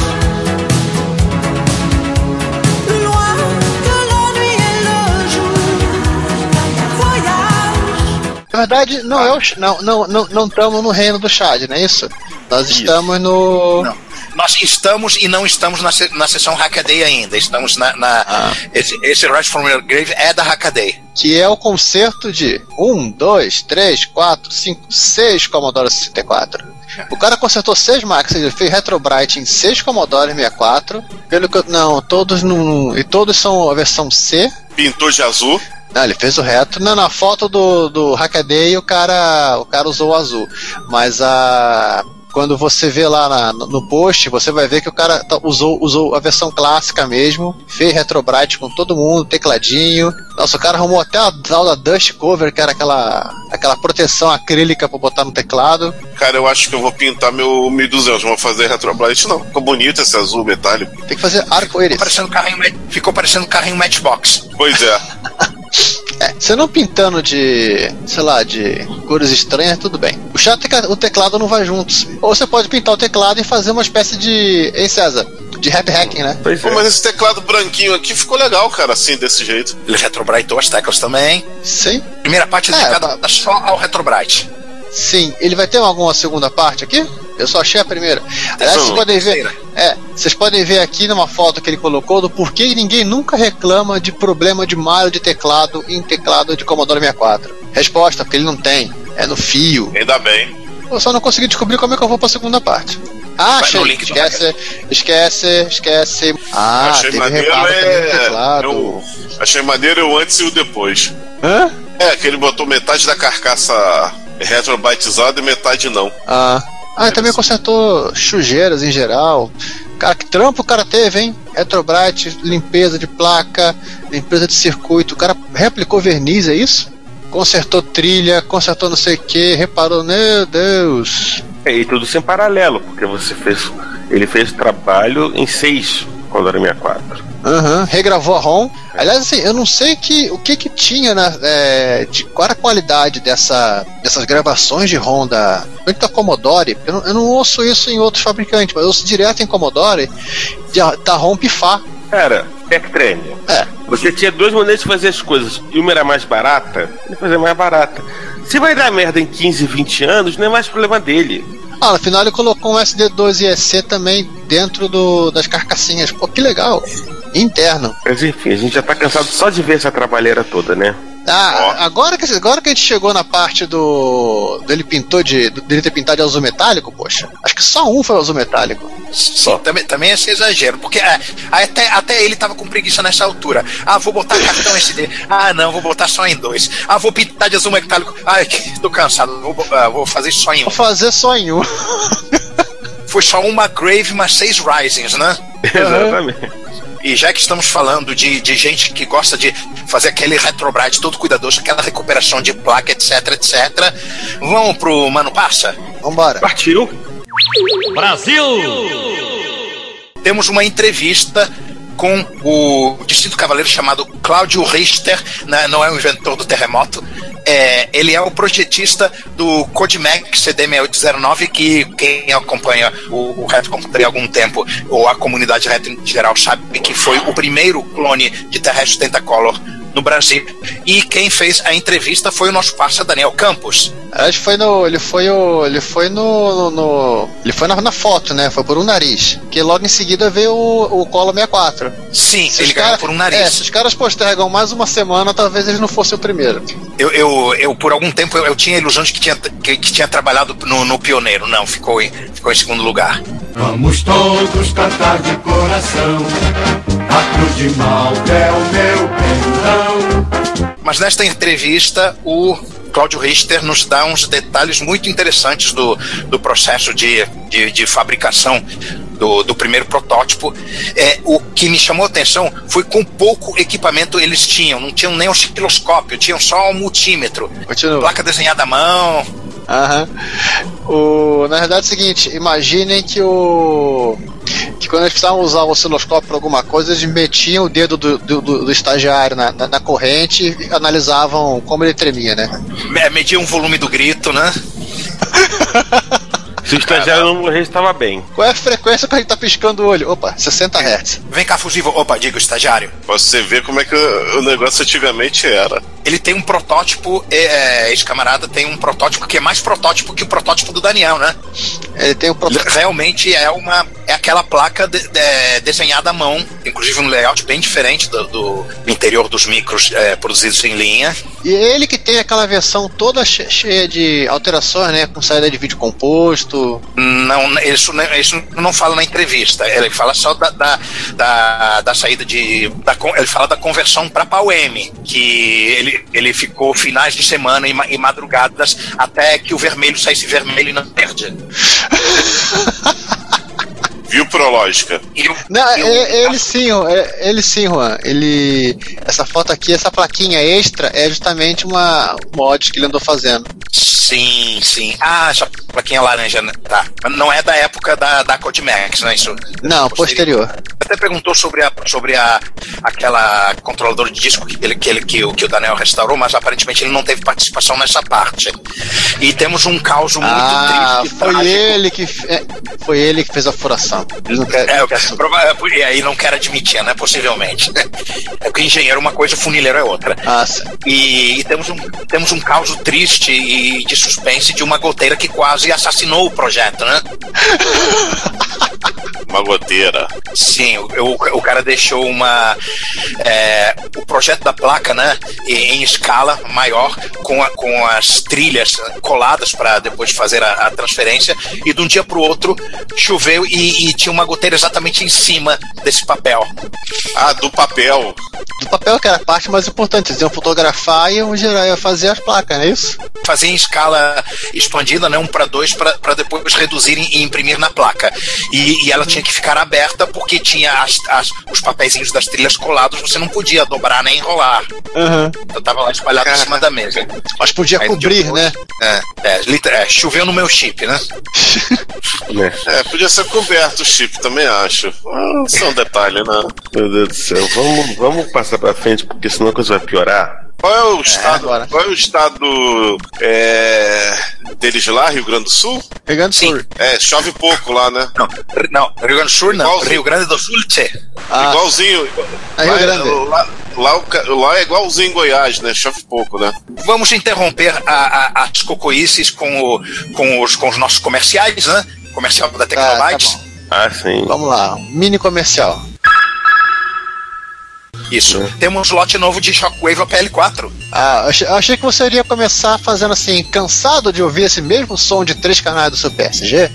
S9: Loin de l'ennui et le jour. Voyage.
S3: Na verdade, não é o, não, não, não, não estamos no reino do Chad, não é isso? Nós
S4: Isso.
S3: estamos no...
S2: Não. Nós estamos e não estamos na, se, na sessão Hackaday ainda. Estamos na. na
S3: Ah.
S2: esse, esse Rise from Your Grave é da Hackaday.
S3: Que é o concerto de um, dois, três, quatro, cinco, seis Commodore sessenta e quatro. O cara consertou seis máquinas, ele fez Retrobrite em seis Commodore sessenta e quatro. Pelo que eu, não, todos não. E todos são a versão C.
S7: Pintou de azul.
S3: Não, ele fez o retro. Não, na foto do, do Hackaday o cara, o cara usou o azul. Mas a. Quando você vê lá na, no post, você vai ver que o cara tá, usou, usou a versão clássica mesmo, fez Retrobrite com todo mundo, tecladinho. Nossa, o cara arrumou até a tal da Dust Cover, que era aquela, aquela proteção acrílica pra botar no teclado.
S7: Cara, eu acho que eu vou pintar meu mil e duzentos. Não vou fazer Retrobrite, não. Ficou bonito esse azul metálico.
S3: Tem que fazer arco-íris.
S2: Ficou parecendo carrinho, ficou parecendo carrinho Matchbox.
S7: Pois é.
S3: É, você não pintando de, sei lá, de cores estranhas, tudo bem. O chato é que o teclado não vai juntos. Ou você pode pintar o teclado e fazer uma espécie de, hein, César? De rap hacking, né?
S4: Pois
S7: Pô,
S4: é.
S7: mas esse teclado branquinho aqui ficou legal, cara, assim, desse jeito.
S2: Ele retrobritou as teclas também.
S3: Sim.
S2: Primeira parte
S3: É,
S2: dedicada
S3: tá.
S2: só ao Retrobrite.
S3: Sim. Ele vai ter alguma segunda parte aqui? Eu só achei a primeira. Aliás, vocês
S2: Não,
S3: podem ver.
S2: terceira.
S3: É, vocês podem ver aqui numa foto que ele colocou do porquê ninguém nunca reclama de problema de malha de teclado em teclado de Commodore sessenta e quatro. Resposta, porque ele não tem. É no fio.
S7: Ainda bem.
S3: Eu só não consegui descobrir como é que eu vou pra segunda parte. Ah,
S2: Vai
S3: achei.
S2: no link do
S3: Esquece, esquece, esquece. Ah,
S7: achei
S3: teve
S7: maneiro
S3: reparo também no
S7: é.
S3: teclado.
S7: Eu achei maneiro é o antes e o depois.
S3: Hã?
S7: É, que ele botou metade da carcaça retrobytizada e metade não.
S3: Ah. Ah, e também consertou sujeiras em geral. Cara, que trampo o cara teve, hein? Retrobrite, limpeza de placa, limpeza de circuito. O cara replicou verniz, é isso? Consertou trilha, consertou não sei o que, reparou, meu Deus.
S4: É, e tudo sem paralelo, porque você fez. Ele fez trabalho em seis Commodore sessenta e quatro.
S3: Aham, uhum, regravou a ROM. Aliás, assim, eu não sei que, o que que tinha, na, é, de, qual era a qualidade dessa, dessas gravações de ROM da, da Commodore. Eu não, eu não ouço isso em outros fabricantes, mas eu ouço direto em Commodore de, da ROM pifar.
S4: Cara, Spectrêmio.
S3: É.
S4: Você tinha duas maneiras de fazer as coisas. E uma era mais barata, ele fazia mais barata. Se vai dar merda em quinze, vinte anos, não é mais problema dele.
S3: Ah, no final ele colocou um S D dois I E C também dentro do, das carcassinhas. Pô, que legal. Interno.
S4: Mas enfim, a gente já tá cansado só de ver essa trabalheira toda, né?
S3: Ah, agora que, agora que a gente chegou na parte do. dele pintou de. dele ter pintado de azul metálico, poxa. Acho que só um foi azul metálico.
S2: Sim, também, também esse exagero, porque é, até, até ele tava com preguiça nessa altura. Ah, vou botar cartão S D. Ah, não, vou botar só em dois. Ah, vou pintar de azul metálico. Ai, tô cansado, vou, ah, vou fazer só em um.
S3: Vou fazer só em um.
S2: Foi só uma Grave, mas seis Risings, né?
S4: Exatamente.
S2: E já que estamos falando de, de gente que gosta de fazer aquele retrobrite todo cuidadoso, aquela recuperação de placa, etc, etc, vamos pro Mano Passa?
S3: Vambora.
S4: Partiu.
S10: Brasil!
S2: Temos uma entrevista com o distinto cavaleiro chamado Cláudio Richter, né, não é o inventor do terremoto, é, ele é o projetista do Codimac C D seis oito zero nove, que quem acompanha o, o Retro Computaria há algum tempo, ou a comunidade retro em geral, sabe que foi o primeiro clone de Terrestre Tentacolor no Brasil. E quem fez a entrevista foi o nosso parceiro Daniel Campos.
S3: Acho que foi no. Ele foi o. Ele foi no. no, no ele foi na, na foto, né? Foi por um nariz. Que logo em seguida veio o, o Colo sessenta e quatro.
S2: Sim,
S3: se
S2: ele ganhou cara, por um nariz.
S3: É, se os caras postergam mais uma semana, talvez ele não fosse o primeiro.
S2: Eu, eu, eu por algum tempo, eu, eu tinha a ilusão de que tinha, que, que tinha trabalhado no, no Pioneiro. Não, ficou em, ficou em segundo lugar.
S8: Vamos todos cantar de coração. A cruz de Malta é o meu perdão.
S2: Mas nesta entrevista, o Cláudio Richter nos dá uns detalhes muito interessantes do, do processo de, de, de fabricação do, do primeiro protótipo. É, o que me chamou a atenção foi com pouco equipamento eles tinham. Não tinham nem osciloscópio, tinham só um multímetro.
S3: Continua.
S2: Placa desenhada à mão.
S3: Aham. O, na verdade é o seguinte, imaginem que o que quando eles precisavam usar o osciloscópio para alguma coisa, eles metiam o dedo do, do, do estagiário na, na, na corrente e analisavam como ele tremia, né?
S2: Mediam o volume do grito, né?
S4: Se o estagiário não morrer, estava bem.
S3: Qual é a frequência que a gente tá piscando o olho? Opa, sessenta hertz.
S2: Vem cá, fusível. Opa, diga, estagiário.
S7: Pra você ver como é que o negócio antigamente era.
S2: Ele tem um protótipo, é, esse camarada tem um protótipo que é mais protótipo que o protótipo do Daniel, né?
S3: Ele tem um protótipo.
S2: Realmente é uma é aquela placa de, de, desenhada à mão, inclusive um layout bem diferente do, do interior dos micros é, produzidos em linha.
S3: E ele que tem aquela versão toda cheia de alterações, né? Com saída de vídeo composto.
S2: Não, isso, isso não fala na entrevista. Ele fala só da, da, da, da saída de. Da, ele fala da conversão para P A U-M, que ele, ele ficou finais de semana e, e madrugadas até que o vermelho saísse vermelho e não verde.
S7: Viu, Prológica?
S2: Eu,
S3: não,
S2: eu,
S3: ele, ele sim, ele sim, Juan. Ele. Essa foto aqui, essa plaquinha extra é justamente uma mod que ele andou fazendo.
S2: Sim, sim. Ah, essa plaquinha laranja, né? Tá. Não é da época da, da Codimax, né? Isso,
S3: não, posterior.
S2: Você até perguntou sobre, a, sobre a, aquela controlador de disco que, ele, que, ele, que, o, que o Daniel restaurou, mas aparentemente ele não teve participação nessa parte. E temos um caos muito
S3: ah,
S2: triste.
S3: Foi
S2: trágico.
S3: ele que é, foi ele que fez a furação. Ele não quer,
S2: é,
S3: não quer
S2: e aí não quer admitir, né? Possivelmente. É porque engenheiro é uma coisa, funileiro é outra.
S3: Ah, sim.
S2: E, e temos, um, temos um caos triste e de suspense de uma goteira que quase assassinou o projeto, né?
S7: Uma goteira.
S2: Sim, o, o, o cara deixou uma é, o projeto da placa, né, em escala maior, com, a, com as trilhas coladas para depois fazer a, a transferência, e de um dia para o outro choveu e, e tinha uma goteira exatamente em cima desse papel.
S7: Ah, do papel.
S3: Do papel, que era a parte mais importante. Eles iam fotografar e iam gerar, iam fazer as placas, não é isso?
S2: Fazer em escala expandida, né, um para dois, para depois reduzir e imprimir na placa. E, e ela tinha que ficar aberta porque tinha as, as, os papeizinhos das trilhas colados, você não podia dobrar nem enrolar.
S3: Uhum.
S2: Eu tava lá espalhado em cima da mesa.
S3: Mas podia Aí cobrir, depois, né?
S2: É, é, é, choveu no meu chip, né?
S7: É, podia ser coberto o chip, também acho. Ah, só um detalhe, né?
S4: Meu Deus do céu, vamos, vamos passar pra frente, porque senão a coisa vai piorar.
S7: Qual é o estado, é, qual é o estado é, deles lá, Rio Grande do Sul?
S3: Rio Grande do Sul.
S7: É, chove pouco lá, né?
S2: Não, não Rio Grande do Sul não, igualzinho. Rio Grande do Sul, tchê.
S7: Ah, igualzinho.
S3: É Rio Grande.
S7: Lá, lá, lá é igualzinho em Goiás, né? Chove pouco, né?
S2: Vamos interromper a, a, as cocoices com, o, com, os, com os nossos comerciais, né? Comercial da Tecnobytes.
S3: Ah, tá
S4: ah, sim.
S3: Vamos lá, um mini comercial.
S2: Isso. Uhum. Temos lote novo de Shockwave A P L quatro.
S3: Ah, eu achei, eu achei que você iria começar fazendo assim, cansado de ouvir esse mesmo som de três canais do seu P S G?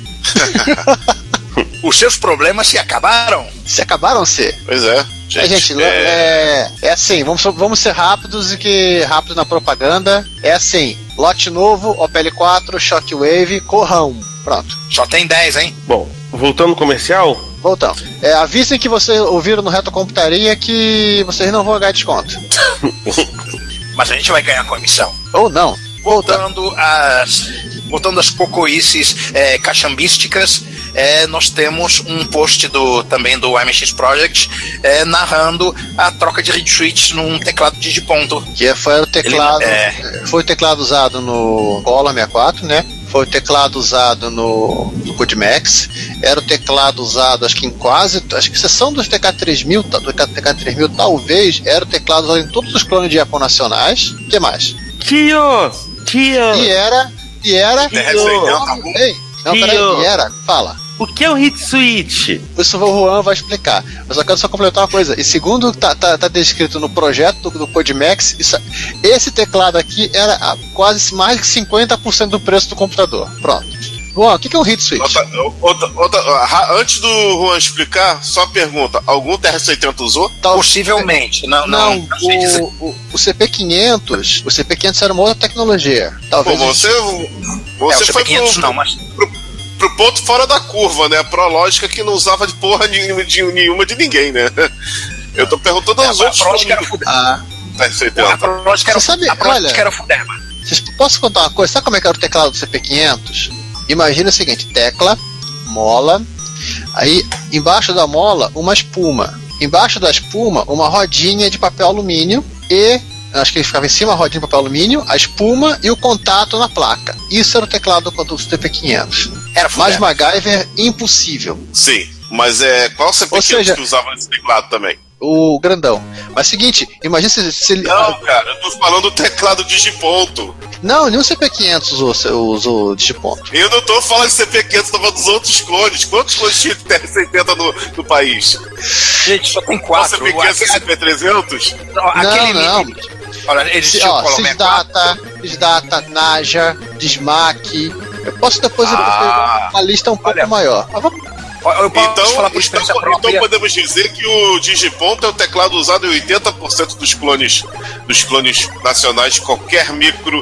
S2: Os seus problemas se acabaram?
S3: Se acabaram, se?
S7: Pois é.
S3: Gente, é, gente, é... É, é assim, vamos, vamos ser rápidos e que rápido na propaganda. É assim, lote novo, O P L quatro, Shockwave, corrão. Pronto.
S2: Só tem dez, hein?
S4: Bom, voltando ao comercial.
S3: Voltando. É, avisem que vocês ouviram no Retro Computaria que vocês não vão ganhar desconto.
S2: Mas a gente vai ganhar comissão.
S3: Ou não.
S2: Voltando às voltando às cocoices é, cachambísticas, é, nós temos um post do, também do M X Project é, narrando a troca de reed switch num teclado digiponto.
S3: Que foi o teclado,
S2: Ele, é...
S3: foi o teclado usado no Cola sessenta e quatro, né? Foi o teclado usado no, no Codimax. Era o teclado usado, acho que em quase, acho que exceção dos T K três mil, do T K três mil talvez, era o teclado usado em todos os clones de Japão nacionais. O que mais?
S4: Tio! Tio!
S3: E era, e era...
S4: Tio!
S3: Ei, não, peraí, e era, fala.
S4: O que é o hit switch?
S3: Isso o Juan vai explicar. Eu só quero só completar uma coisa. E segundo tá, tá, tá descrito no projeto do, do Codimax, isso, esse teclado aqui era a, quase mais de cinquenta por cento do preço do computador. Pronto. Juan, o que, que é um hit switch?
S7: Outra, outra, outra, antes do Juan explicar, só pergunta: algum T R C oitenta usou?
S2: Tal, Possivelmente. Não, não,
S3: não o, o, o C P quinhentos, o C P quinhentos era uma outra tecnologia. Talvez.
S7: Pô, você você
S2: é,
S7: foi
S2: o C P quinhentos
S7: pro,
S2: não, mas...
S7: pro, pro ponto fora da curva, né? Pro lógica que não usava de porra nenhuma de, nenhuma de ninguém, né? Eu tô perguntando aos
S2: é,
S7: outros.
S2: A lógica era
S3: ah.
S2: A lógica era,
S3: sabe,
S2: a
S3: olha,
S2: era Fuderma.
S3: Posso contar uma coisa? Sabe como é que era o teclado do C P quinhentos? Imagina o seguinte: tecla, mola, aí embaixo da mola uma espuma, embaixo da espuma uma rodinha de papel alumínio e acho que ele ficava em cima a rodinha de papel alumínio, a espuma e o contato na placa. Isso era o teclado do C P quinhentos.
S2: Era
S3: mais MacGyver, impossível.
S7: Sim, mas é qual C P quinhentos seja, que usava esse teclado também?
S3: O grandão. Mas seguinte, imagina se, se ele...
S7: Não, cara, eu tô falando do teclado digiponto.
S3: Não, nenhum C P quinhentos usou, usou digiponto.
S7: Eu não tô falando de C P quinhentos, tô falando dos outros clones. Quantos clones tinha de T R C oitenta no, no país?
S2: Gente, só tem quatro.
S7: C P quinhentos e C P trezentos?
S3: Não, não.
S2: Olha, eles
S3: Se, ó, Sysdata, Sysdata, Naja, Dismac. Eu posso depois ah, uma lista um pouco olha, maior. Mas vamos...
S2: Eu posso
S7: então,
S2: falar por experiência
S7: então,
S2: própria.
S7: então podemos dizer que o Digiponto é o teclado usado em oitenta por cento dos clones, dos clones nacionais de qualquer micro,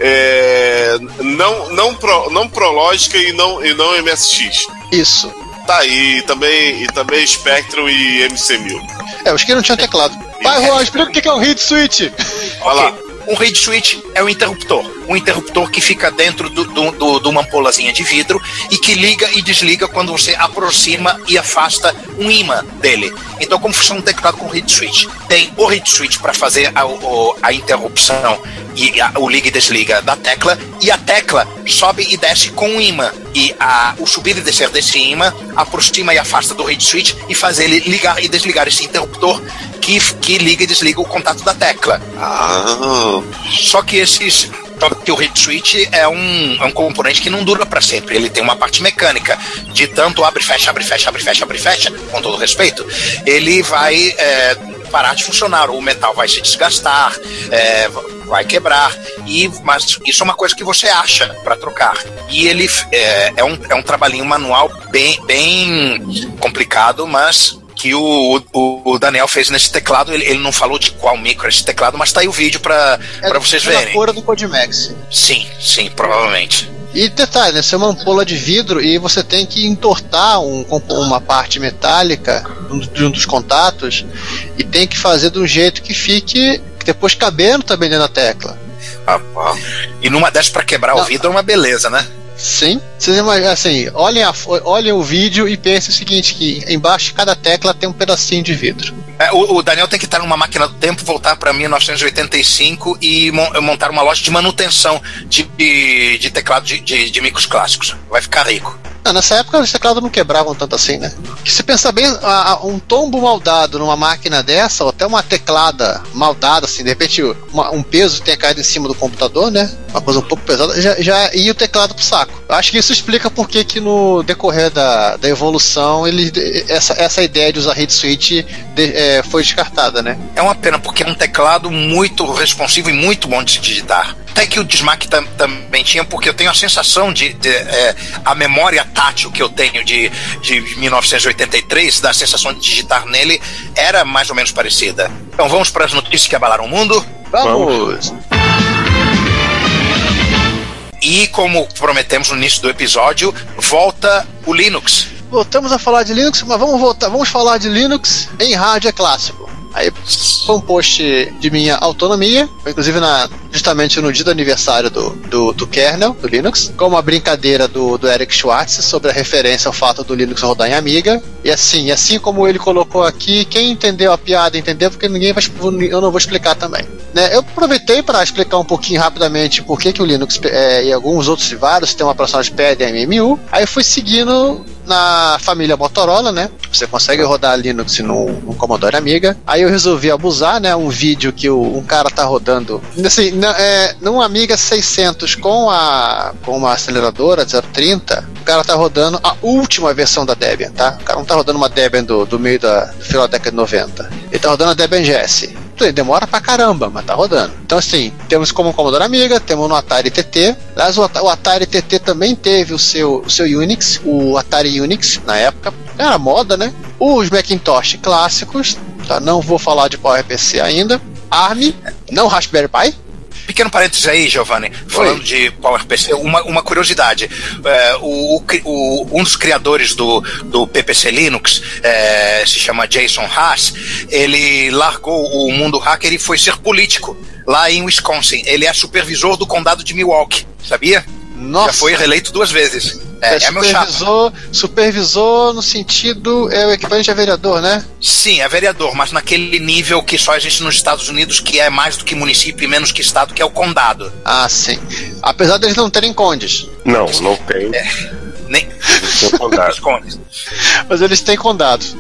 S7: é, não, não, pro, não Prológica e não, e não M S X.
S3: Isso.
S7: Tá aí, e também, e também Spectrum e M C mil.
S3: É, os que não tinham teclado. Vai, Juan, explica o que é um reed switch.
S7: Vai lá.
S2: Um reed switch é um interruptor. Um interruptor que fica dentro de do, do, do uma ampolazinha de vidro e que liga e desliga quando você aproxima e afasta um ímã dele. Então, como funciona um teclado com reed switch? Tem o reed switch para fazer a, o, a interrupção e a, o liga e desliga da tecla, e a tecla sobe e desce com um ímã. E a, o subir e descer desse ímã aproxima e afasta do reed switch e faz ele ligar e desligar esse interruptor que, que liga e desliga o contato da tecla.
S7: Ah.
S2: Só que esses que o reed switch é um, é um componente que não dura para sempre. Ele tem uma parte mecânica de tanto abre, fecha, abre, fecha, abre, fecha, abre, fecha, com todo respeito. Ele vai é, parar de funcionar, o metal vai se desgastar, é, vai quebrar, e, mas isso é uma coisa que você acha para trocar. E ele é, é, um, é um trabalhinho manual bem, bem complicado, mas que o, o, o Daniel fez nesse teclado. Ele, ele não falou de qual micro é esse teclado, mas tá aí o vídeo para
S3: é
S2: pra vocês
S3: é
S2: verem.
S3: É a cor do Codimax.
S2: Sim, sim, provavelmente.
S3: E detalhe, né? Você é uma ampola de vidro e você tem que entortar um, uma parte metálica de um dos contatos e tem que fazer de um jeito que fique depois cabendo também dentro da tecla.
S2: Ah, ah. E numa dessas para quebrar não. o vidro é uma beleza, né?
S3: Sim, vocês imaginam assim, olhem, a, olhem o vídeo e pensem o seguinte, que embaixo de cada tecla tem um pedacinho de vidro.
S2: É, o, o Daniel tem que estar numa máquina do tempo, voltar para mil novecentos e oitenta e cinco e montar uma loja de manutenção de, de, de teclado de, de, de micros clássicos. Vai ficar rico.
S3: Não, nessa época os teclados não quebravam tanto assim, né? Que se pensar bem, a, a, um tombo mal dado numa máquina dessa, ou até uma teclada mal dada, assim, de repente uma, um peso tenha caído em cima do computador, né? Uma coisa um pouco pesada, já, já ia o teclado pro saco. Acho que isso explica por que que no decorrer da, da evolução ele, essa, essa ideia de usar reed switch de, é, foi descartada, né?
S2: É uma pena, porque é um teclado muito responsivo e muito bom de se digitar. Até que o Dismac tam, também tinha, porque eu tenho a sensação de, de é, a memória tátil que eu tenho de, de mil novecentos e oitenta e três, da sensação de digitar nele, era mais ou menos parecida. Então vamos para as notícias que abalaram o mundo?
S3: Vamos!
S2: E como prometemos no início do episódio, volta o Linux.
S3: Voltamos a falar de Linux, mas vamos voltar, vamos falar de Linux em rádio é clássico. Aí foi um post de minha autonomia, foi inclusive na, justamente no dia do aniversário do, do, do kernel, do Linux, com uma brincadeira do, do Eric Schwartz sobre a referência ao fato do Linux rodar em Amiga. E assim, assim como ele colocou aqui, quem entendeu a piada entendeu, porque ninguém vai, eu não vou explicar também. Né, eu aproveitei para explicar um pouquinho rapidamente por que, que o Linux é, e alguns outros vários sistemas operacionais pedem M M U. Aí fui seguindo na família Motorola, né? Você consegue rodar Linux no, no Commodore Amiga. Aí eu resolvi abusar, né? Um vídeo que o, um cara tá rodando assim, na, é, num Amiga seiscentos com a com uma aceleradora zero trinta. O cara tá rodando a última versão da Debian, tá? O cara não tá rodando uma Debian do, do meio da do final da década de noventa. Ele tá rodando a Debian G S. Demora pra caramba, mas tá rodando. Então assim, temos como Commodore Amiga, temos no Atari T T. Aliás, o Atari T T também teve o seu, o seu Unix, o Atari Unix, na época. Era moda, né? Os Macintosh clássicos, tá? Não vou falar de PowerPC ainda. ARM, não Raspberry Pi.
S2: Pequeno parênteses aí, Giovanni, falando Oi. de PowerPC, uma, uma curiosidade. É, o, o, um dos criadores do, do P P C Linux, é, se chama Jason Haas, ele largou o mundo hacker e foi ser político lá em Wisconsin. Ele é supervisor do condado de Milwaukee, sabia?
S3: Nossa.
S2: Já foi reeleito duas vezes. É, é, é meu
S3: supervisor, supervisor no sentido, é o equivalente a vereador, né?
S2: Sim, é vereador, mas naquele nível que só existe nos Estados Unidos, que é mais do que município e menos que estado, que é o condado.
S3: Ah, sim. Apesar deles não terem condes.
S4: Não, não tem.
S2: É, nem...
S4: Eles têm condados.
S3: Mas eles têm condados.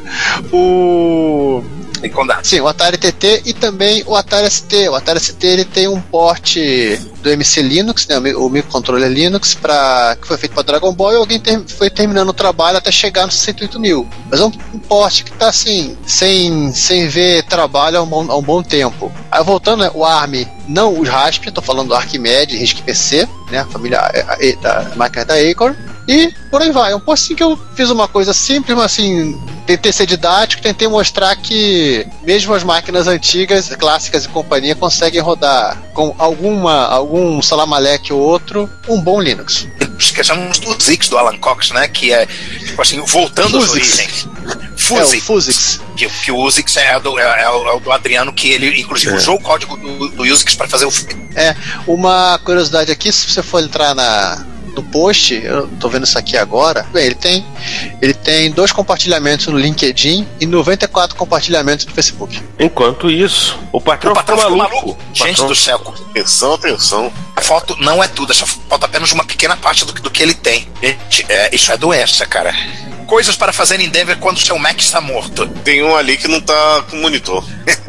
S3: O...
S2: Tem condado.
S3: Sim, o Atari T T e também o Atari S T. O Atari S T ele tem um port do M C Linux, né, o microcontroller Linux, pra, que foi feito para Dragon Ball, e alguém ter, foi terminando o trabalho até chegar no sessenta e oito mil. Mas é um, um port que tá assim, sem, sem ver trabalho há um, bom, há um bom tempo. Aí voltando, né, o ARM, não os RASP, tô falando do Arquimedes, RISC-P C, né, a família a, a, a, da máquina da Acorn. E por aí vai. É um pouco assim que eu fiz uma coisa simples, mas assim, tentei ser didático, tentei mostrar que mesmo as máquinas antigas, clássicas e companhia, conseguem rodar com alguma, algum salamaleque ou outro, um bom Linux.
S2: Esquecemos do Zix, do Alan Cox, né? Que é, tipo assim, voltando às origens.
S3: Fuzix. É, o Fuzix.
S2: Que, que o Uzix é do, é, é o do Adriano, que ele inclusive é. usou o código do, do Uzix para fazer o...
S3: É, uma curiosidade aqui, se você for entrar na... no post, eu tô vendo isso aqui agora. Bem, ele tem, ele tem dois compartilhamentos no LinkedIn e noventa e quatro compartilhamentos no Facebook.
S4: Enquanto isso, o patrão,
S2: o patrão ficou maluco.
S4: maluco.
S2: Gente
S4: patrão...
S2: do céu.
S7: Atenção, atenção.
S2: A foto não é tudo, essa foto é apenas uma pequena parte do, do que ele tem. Gente, é, isso é doença, cara. Coisas para fazer em Denver quando seu Mac está morto.
S7: Tem um ali que não tá com monitor.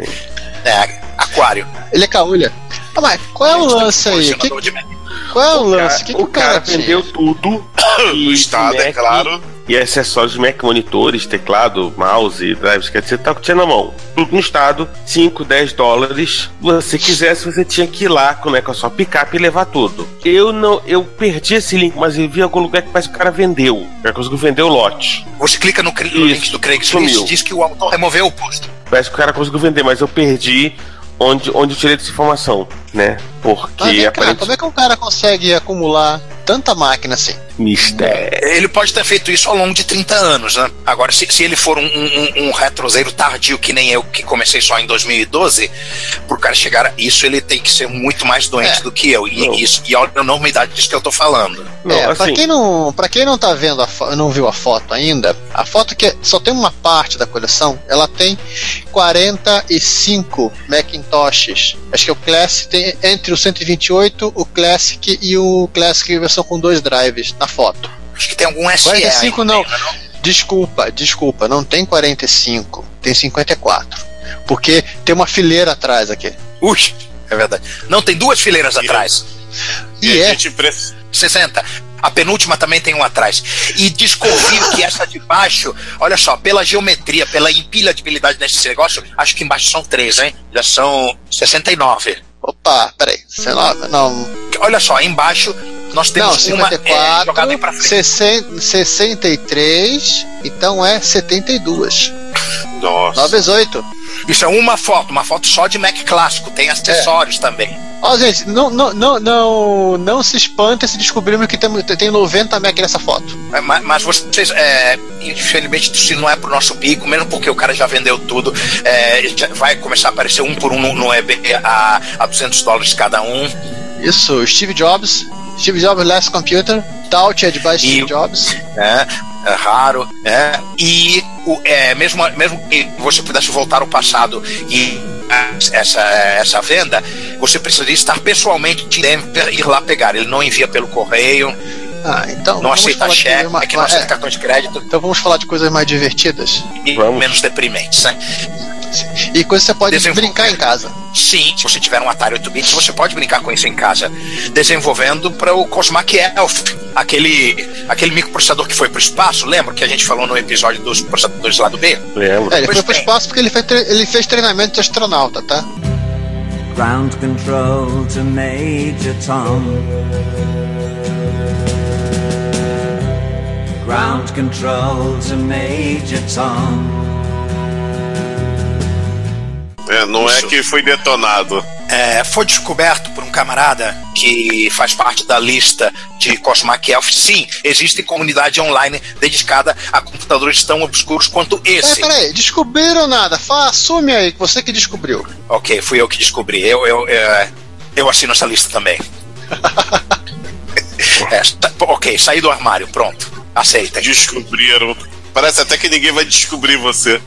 S2: É, aquário.
S3: Ele é caolha. Ah, mas qual é o lance aí? Que... Qual é o, o lance?
S4: Cara,
S3: que que
S4: o, o cara, cara vendeu tudo.
S7: O Estado, é claro.
S4: E acessórios de Mac, monitores, teclado, mouse, drives, quer dizer, tá o que tinha na mão. Tudo no estado, cinco, dez dólares. Se você quisesse, você tinha que ir lá com, né, com a sua picape e levar tudo. Eu não, eu perdi esse link, mas eu vi em algum lugar que parece que o cara vendeu. O cara conseguiu vender o lote.
S2: Você clica no, no link do Craigslist e diz que o autor removeu o post.
S4: Parece que o cara conseguiu vender, mas eu perdi onde, onde eu tirei dessa informação, né? Porque
S3: mas, cara,
S4: aparentemente...
S3: como é que um cara consegue acumular tanta máquina assim?
S4: Mistério.
S2: Ele pode ter feito isso ao longo de trinta anos, né? Agora, se, se ele for um, um, um retrozeiro tardio, que nem eu, que comecei só em dois mil e doze, pro cara chegar a isso, ele tem que ser muito mais doente é. do que eu. E, isso, e olha a enormidade disso que eu tô falando.
S3: Não, é,
S4: assim...
S3: pra, quem não, pra quem não tá vendo, a fo- não viu a foto ainda, a foto que só tem uma parte da coleção, ela tem quarenta e cinco Macintoshes. Acho que o Classic tem entre o cento e vinte e oito, o Classic e o Classic versão com dois drives na foto.
S2: Acho que tem algum S E.
S3: quarenta e cinco
S2: aí,
S3: não.
S2: tem, não.
S3: Desculpa, desculpa, não tem quarenta e cinco, tem cinquenta e quatro. Porque tem uma fileira atrás aqui.
S2: Ui, é verdade. Não, tem duas fileiras
S7: e
S2: atrás.
S3: E,
S7: e
S3: é.
S7: A gente precisa...
S2: sessenta. A penúltima também tem um atrás. E desconfio que essa de baixo, olha só, pela geometria, pela empilhabilidade desse negócio, acho que embaixo são três, hein? Já são sessenta e nove.
S3: Opa, peraí. Não, não.
S2: Olha só, embaixo nós temos
S3: não, cinquenta e quatro,
S2: uma é, jogada aí pra frente.
S3: sessenta, sessenta e três, então é setenta e dois.
S7: Nossa.
S3: nove vezes oito.
S2: Isso é uma foto, uma foto só de Mac clássico, tem acessórios é. também.
S3: Ó, gente, não, não, não, não, não se espanta se descobrirmos que tem, tem noventa meg nessa foto.
S2: É, mas, mas vocês, é, infelizmente, se não é pro nosso pico, mesmo porque o cara já vendeu tudo, é, já vai começar a aparecer um por um no, no eBay a, a duzentos dólares cada um.
S3: Isso, Steve Jobs, Steve Jobs Last Computer, Touched by Steve
S2: E-
S3: Jobs.
S2: É, é raro, né? E o, é, mesmo, mesmo que você pudesse voltar ao passado e essa, essa venda, você precisaria estar pessoalmente em Denver e ir lá pegar. Ele não envia pelo correio,
S3: Ah, então
S2: não
S3: vamos
S2: aceita
S3: falar de
S2: cheque,
S3: coisa mais-
S2: é que não aceita
S3: é,
S2: cartão de crédito
S3: então vamos falar de coisas mais divertidas
S2: e
S4: Vamos.
S2: menos deprimentes, né?
S3: e coisas que você pode
S2: Desenvolver.
S3: brincar em casa.
S2: Sim, se você tiver um Atari oito bits, você pode brincar com isso em casa, desenvolvendo para o Cosmac Elf, aquele, aquele microprocessador que foi para o espaço. Lembra que a gente falou no episódio dos processadores lá do B?
S4: Lembro.
S3: É, ele
S2: Pois
S3: foi pro
S2: bem.
S3: espaço porque ele fez, tre- ele fez treinamento de astronauta, tá?
S10: Ground control to Major Tom. Ground control to Major Tom.
S7: É, não
S2: Isso.
S7: é que foi detonado.
S2: É, foi descoberto por um camarada que faz parte da lista de Cosmac Elf. Sim, existe comunidade online dedicada a computadores tão obscuros quanto
S3: Peraí,
S2: esse.
S3: peraí, descobriram nada. Fala, assume aí, que você que descobriu.
S2: Ok, fui eu que descobri. Eu, eu, é, eu assino essa lista também. É, tá- ok, saí do armário, pronto. Aceita.
S7: Descobriram. Parece até que ninguém vai descobrir você.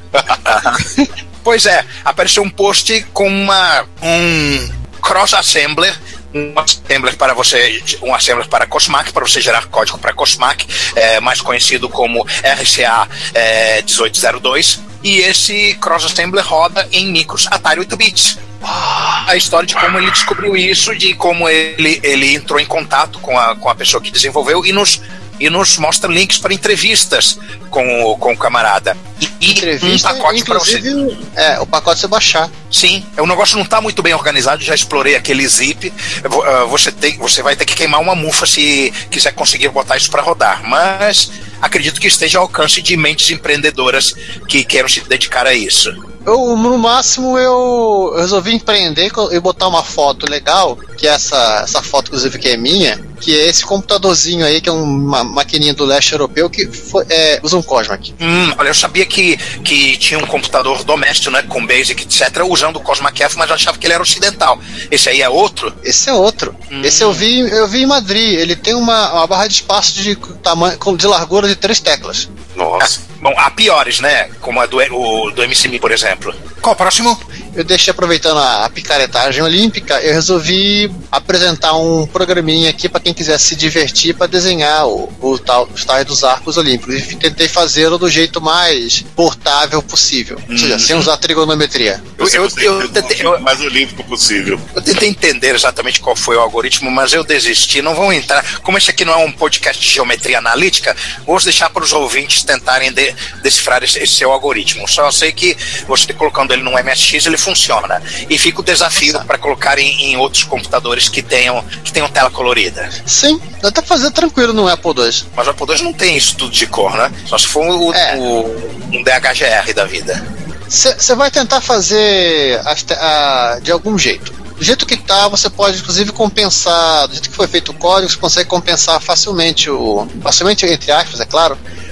S2: Pois é, apareceu um post com uma, um cross-assembler, um assembler para você, um assembler para Cosmac, para você gerar código para Cosmac, é, mais conhecido como R C A é, dezoito zero dois, e esse cross-assembler roda em micros Atari oito bits. A história de como ele descobriu isso, de como ele, ele entrou em contato com a, com a pessoa que desenvolveu e nos, e nos mostra links para entrevistas com o, com o camarada. E, e
S3: Entrevista,
S2: um pacote para você.
S3: inclusive, é, o pacote você baixar.
S2: Sim, o negócio não está muito bem organizado, já explorei aquele zip. Eu vou- ah, Você, tem, você vai ter que queimar uma mufa se quiser conseguir botar isso para rodar, mas acredito que esteja ao alcance de mentes empreendedoras que queiram se dedicar a isso.
S3: Eu, no máximo, eu resolvi empreender e botar uma foto legal, que é essa, essa foto, inclusive, que é minha, que é esse computadorzinho aí, que é uma maquininha do leste europeu, que foi, é, usa um Cosmac.
S2: Hum, olha, eu sabia que, que tinha um computador doméstico, né, com Basic, etcétera, usando o Cosmac Elf, mas eu achava que ele era ocidental. Esse aí é outro?
S3: Esse é outro.
S2: Hum.
S3: Esse eu vi, eu vi em Madrid. Ele tem uma, uma barra de espaço de tamanho, de largura de três teclas.
S7: Nossa.
S2: Bom, há piores, né, como a do, o, do M C M I, por exemplo. Qual o próximo?
S3: Eu deixei, aproveitando a, a picaretagem olímpica, eu resolvi apresentar um programinha aqui para quem quiser se divertir para desenhar o, o tal, os tais dos arcos olímpicos. E tentei fazê-lo do jeito mais portável possível. Ou seja,
S2: Uhum.
S3: sem usar trigonometria.
S2: Eu, eu, eu,
S7: eu,
S2: tentei- eu-
S7: o mais olímpico possível.
S2: Eu tentei entender exatamente qual foi o algoritmo, mas eu desisti. Não vão entrar. Como esse aqui não é um podcast de geometria analítica, vamos deixar para os ouvintes tentarem de- decifrar esse, esse seu algoritmo. Só sei que você colocando ele num M S X, ele funciona. E fica o desafio para colocar em, em outros computadores que tenham, que tenham tela colorida.
S3: Sim, dá até pra fazer tranquilo no Apple dois.
S2: Mas o Apple dois não tem isso tudo de cor, né? Só se for o,
S3: É.
S2: o- um D H G R da vida.
S3: Você vai tentar fazer as te- a- de algum jeito. Do jeito que tá, você pode inclusive compensar. Do jeito que foi feito o código, você consegue compensar facilmente o. Facilmente, entre aspas, é claro.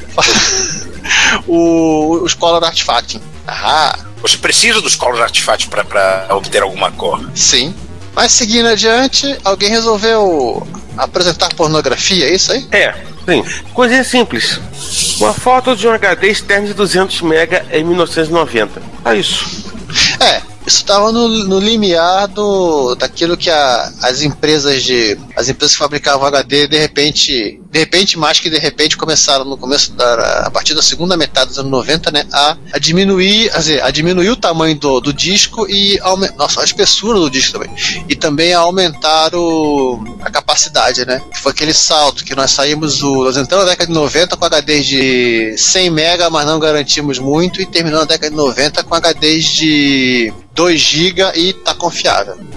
S3: o, os color artifacting. Ah,
S2: Você precisa dos color artifacts para obter alguma cor.
S3: sim. Mas seguindo adiante, alguém resolveu apresentar pornografia, é isso aí?
S4: É, sim. Coisinha simples. Uma foto de um H D externo de duzentos mega em mil novecentos e noventa. É isso.
S3: É, isso estava no, no limiar do, daquilo que a, as empresas de. As empresas que fabricavam H D, de repente. De repente, mais que de repente, começaram no começo da. A partir da segunda metade dos anos noventa, né? A, a diminuir. A, dizer, a diminuir o tamanho do, do disco e aume, nossa, a espessura do disco também. E também a aumentar o, a capacidade, né? Que foi aquele salto que nós saímos do. Nós entramos na década de noventa com H Ds de cem mega, mas não garantimos muito, e terminamos na década de noventa com H Ds de dois gigas e tá confiável.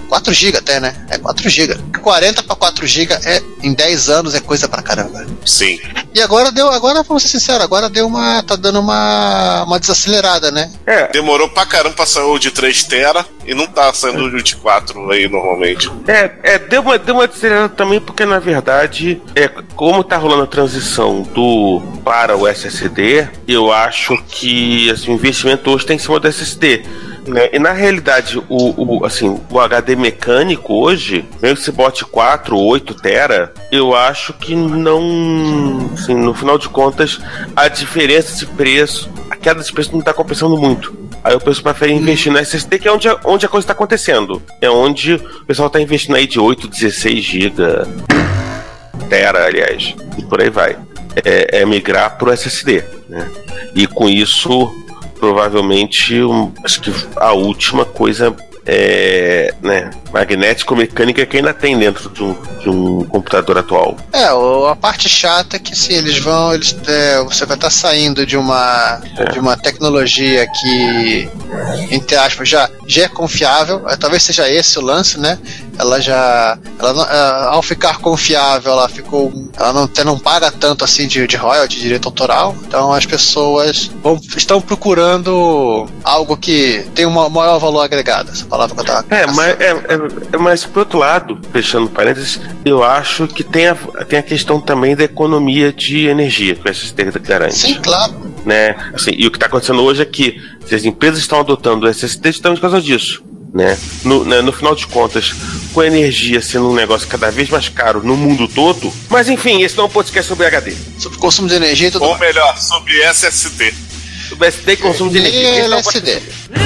S3: quatro gigas até, né? É quatro gigas. quarenta para quatro gigas é, em dez anos é coisa pra caramba.
S7: Sim.
S3: E agora deu, agora, vamos ser sinceros, agora deu uma, tá dando uma, uma desacelerada, né?
S7: É. Demorou pra caramba pra sair o de três tera e não tá saindo o de quatro aí normalmente.
S4: É, é deu uma, deu uma desacelerada também porque, na verdade, é, como tá rolando a transição do para o S S D, eu acho que assim, o investimento hoje tem em cima do S S D. Né? E na realidade, o, o, assim, o H D mecânico hoje, mesmo que você bote quatro ou oito tera, eu acho que não. Assim, no final de contas, a diferença de preço, a queda de preço não está compensando muito. Aí o pessoal prefere investir no S S D, que é onde a, onde a coisa está acontecendo. É onde o pessoal está investindo aí de oito, dezesseis gigas, tera, aliás, e por aí vai. É, é migrar para o S S D. Né? E com isso, provavelmente, um, acho que a última coisa é, né, magnético-mecânica que ainda tem dentro de um, de um computador atual.
S3: É, a parte chata é que sim, eles vão, eles, é, você vai estar saindo de uma, é. de uma tecnologia que, entre aspas, já, já é confiável, talvez seja esse o lance, né? Ela já, ela, ela, ao ficar confiável, ela ficou, ela não, não paga tanto assim de, de royalty, de direito autoral, então as pessoas vão, estão procurando algo que tem um maior valor agregado, essa palavra que eu tava
S4: É, mas, é, é, mas por outro lado, fechando parênteses, eu acho que tem a, tem a questão também da economia de energia que o S S D garante.
S3: Sim, claro.
S4: Né? Assim, e o que está acontecendo hoje é que se as empresas estão adotando o S S D, estão por causa disso. Né? No, né, no final de contas, com a energia sendo um negócio cada vez mais caro no mundo todo. Mas enfim, esse não é um podcast sobre H D.
S3: Sobre consumo de energia e tudo
S7: Ou
S3: mais.
S7: melhor, sobre S S D.
S4: Sobre S S D e consumo de energia.
S3: E L S D.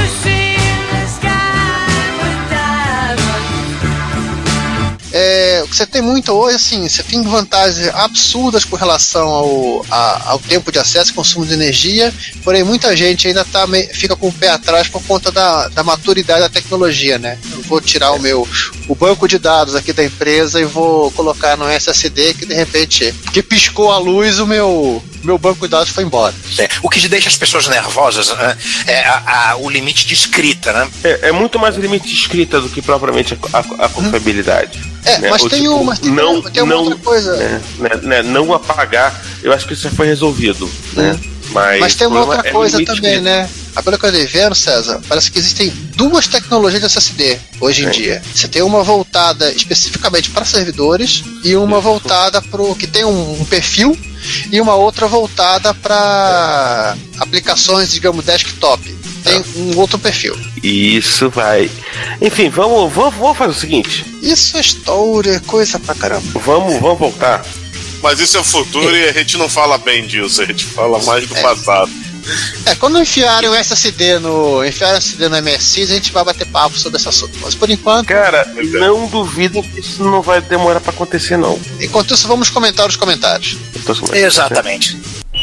S3: É, você tem muito hoje, assim, você tem vantagens absurdas com relação ao, a, ao tempo de acesso e consumo de energia, porém muita gente ainda tá, fica com o pé atrás por conta da, da maturidade da tecnologia, né? Eu vou tirar o meu o banco de dados aqui da empresa e vou colocar no S S D que de repente, que piscou a luz, o meu, meu banco de dados foi embora.
S2: É, o que deixa as pessoas nervosas, né, é a, a, o limite de escrita, né?
S4: É, é muito mais o limite de escrita do que propriamente a, a, a confiabilidade.
S3: Hum. É,
S4: né?
S3: mas,
S4: Ou,
S3: tem
S4: tipo,
S3: um, mas tem,
S4: não,
S3: uma, tem uma
S4: não,
S3: outra coisa.
S4: Né, né, né, não apagar, eu acho que isso já foi resolvido. Hum. Né? Mas,
S3: mas tem uma outra
S4: é
S3: coisa também,
S4: mesmo.
S3: né? Pelo que eu andei vendo, César, parece que existem duas tecnologias de S S D hoje em é. dia. Você tem uma voltada especificamente para servidores e uma voltada para o que tem um, um perfil e uma outra voltada para aplicações, digamos, desktop. Tem um outro perfil.
S4: Isso vai. Enfim, vamos, vamos, vamos fazer o seguinte.
S3: Isso é história, coisa pra caramba.
S4: Vamos, vamos voltar.
S7: Mas isso é o futuro é. e a gente não fala bem disso, a gente fala mais do é. passado.
S3: É, quando enfiarem o S S D no. Enfiarem o S S D no M S X, a gente vai bater papo sobre esse assunto. Mas por enquanto.
S4: Cara, não duvido que isso não vai demorar pra acontecer, não.
S3: Enquanto isso, vamos comentar os comentários.
S2: Exatamente.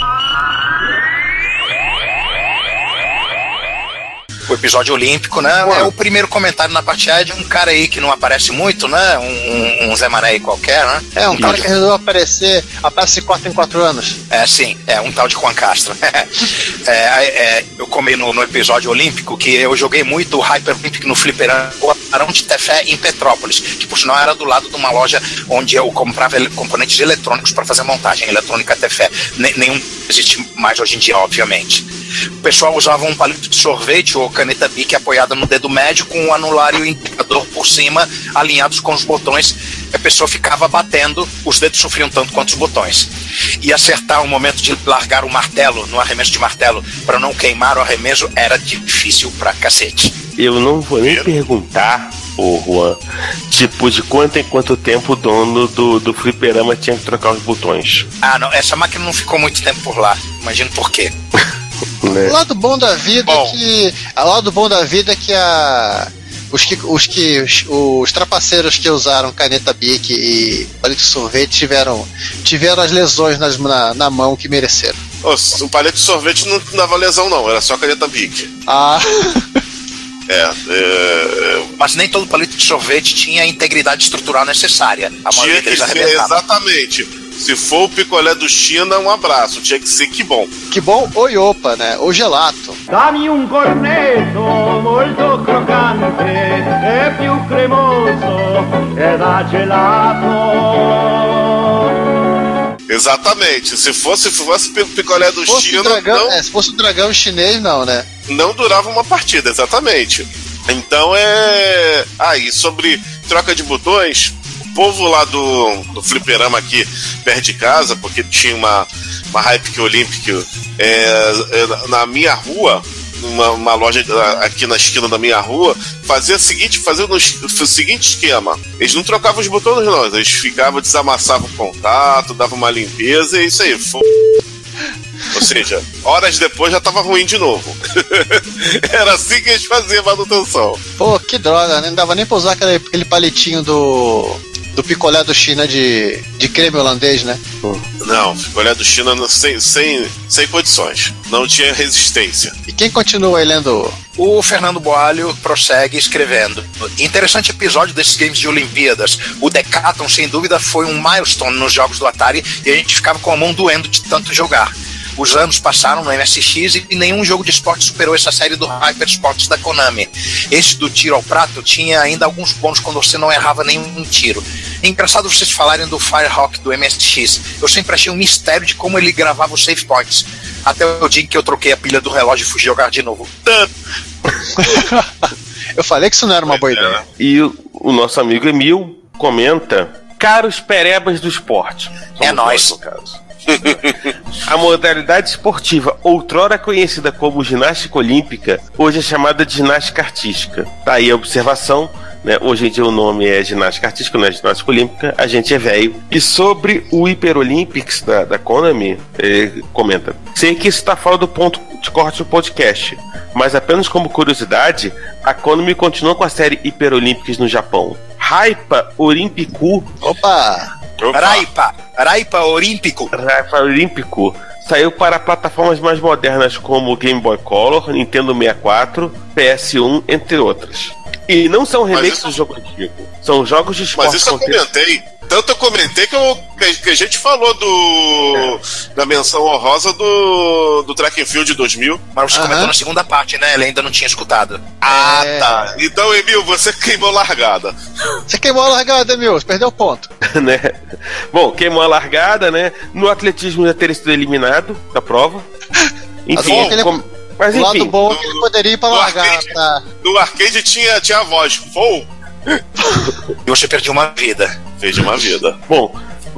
S2: O episódio olímpico, né? Ué. É o primeiro comentário na parte A de um cara aí que não aparece muito, né? Um, um, um Zé Mané qualquer, né?
S3: É, um cara que resolveu aparecer, aparece quatro em quatro anos.
S2: É, sim, é um tal de Juan Castro. é, é, eu comi no, no episódio olímpico que eu joguei muito o Hyper Olympic no fliperama Arão de Tefé em Petrópolis, que por sinal era do lado de uma loja onde eu comprava componentes eletrônicos para fazer montagem, eletrônica Tefé. Nenhum existe mais hoje em dia, obviamente. O pessoal usava um palito de sorvete ou caneta Bic apoiada no dedo médio com o anular e o indicador por cima alinhados com os botões. A pessoa ficava batendo, os dedos sofriam tanto quanto os botões. E acertar o momento de largar o martelo no arremesso de martelo para não queimar o arremesso era difícil pra cacete.
S4: Eu não vou nem perguntar, ô Juan, tipo, de quanto em quanto tempo o dono do, do fliperama tinha que trocar os botões.
S2: Ah, não, essa máquina não ficou muito tempo por lá. Imagino por quê.
S3: Né? O lado bom da vida bom. é que. O lado bom da vida é que a. Os que, os que os, os trapaceiros que usaram caneta Bic e palito de sorvete tiveram, tiveram as lesões nas, na, na mão que mereceram.
S7: O, o palito de sorvete não dava lesão, não, era só caneta Bic.
S3: Ah.
S7: É, é,
S2: mas nem todo palito de sorvete tinha a integridade estrutural necessária. A maioria deles arrebentava.
S7: Exatamente. Se for o picolé do China, um abraço. Tinha que ser que bom.
S3: Que bom ou iopa, né? Ou gelato.
S8: Dammi un cornetto molto croccante e più cremoso e da gelato.
S7: Exatamente. Se fosse, se fosse picolé do
S3: fosse
S7: China,
S3: dragão,
S7: não,
S3: é, se fosse o dragão chinês, não, né?
S7: Não durava uma partida, exatamente. Então é... Ah, e sobre troca de botões, o povo lá do, do fliperama aqui perto de casa, porque tinha uma, uma Hypic Olympic é, é, na minha rua, uma, uma loja aqui na esquina da minha rua, fazia o seguinte, fazia no, o seguinte esquema. Eles não trocavam os botões não, eles ficavam, desamassavam o contato, davam uma limpeza e isso aí, foi... Ou seja, horas depois já tava ruim de novo. Era assim que eles faziam a manutenção.
S3: Pô, que droga, né? Não dava nem pra usar aquele, aquele palitinho do... do picolé do China de, de creme holandês, né?
S7: Não, picolé do China sem, sem, sem condições. Não tinha resistência.
S3: E quem continua aí lendo?
S2: O Fernando Boalho prossegue escrevendo. Interessante episódio desses games de Olimpíadas. O Decathlon, sem dúvida, foi um milestone nos jogos do Atari e a gente ficava com a mão doendo de tanto jogar. Os anos passaram no M S X e nenhum jogo de esporte superou essa série do Hyper Sports da Konami. Esse do tiro ao prato tinha ainda alguns bônus quando você não errava nenhum tiro. É engraçado vocês falarem do Firehawk do M S X. Eu sempre achei um mistério de como ele gravava os save points. Até o dia em que eu troquei a pilha do relógio e fui jogar de novo.
S3: Eu falei que isso não era uma boa ideia.
S4: E o, o nosso amigo Emil comenta: caros perebas do esporte. Somos
S2: é nóis.
S4: No caso. A modalidade esportiva, outrora conhecida como ginástica olímpica, hoje é chamada de ginástica artística. Tá aí a observação, né? Hoje em dia o nome é ginástica artística, não é ginástica olímpica, a gente é velho. E sobre o Hyper Olympics da, da Konami, ele comenta: sei que isso está fora do ponto de corte do podcast, mas apenas como curiosidade, a Konami continua com a série Hyper Olympics no Japão. Hyper Olympicu.
S3: Opa!
S2: Raipa, Raipa Olímpico.
S4: Raipa Olímpico saiu para plataformas mais modernas como Game Boy Color, Nintendo sessenta e quatro, P S um, entre outras. E não são remakes isso... do jogo antigo, são jogos de esporte.
S7: Mas isso eu comentei. Tanto eu comentei que, eu, que a gente falou do é. da menção honrosa do, do Track and Field dois mil.
S2: Mas você uh-huh. comentou na segunda parte, né? Ele ainda não tinha escutado.
S7: Ah, é. tá. Então, Emil, você queimou a largada.
S3: Você queimou a largada, Emil. Você perdeu o ponto.
S4: né? Bom, queimou a largada, né? No atletismo já teria sido eliminado da prova. Enfim,
S3: Mas, ele... com... Mas, enfim. O lado bom é que ele poderia ir pra largar.
S7: Arcade,
S3: tá?
S7: No arcade tinha, tinha a voz. Fou!
S2: E você perdeu uma vida.
S7: Perdi uma vida.
S4: Bom,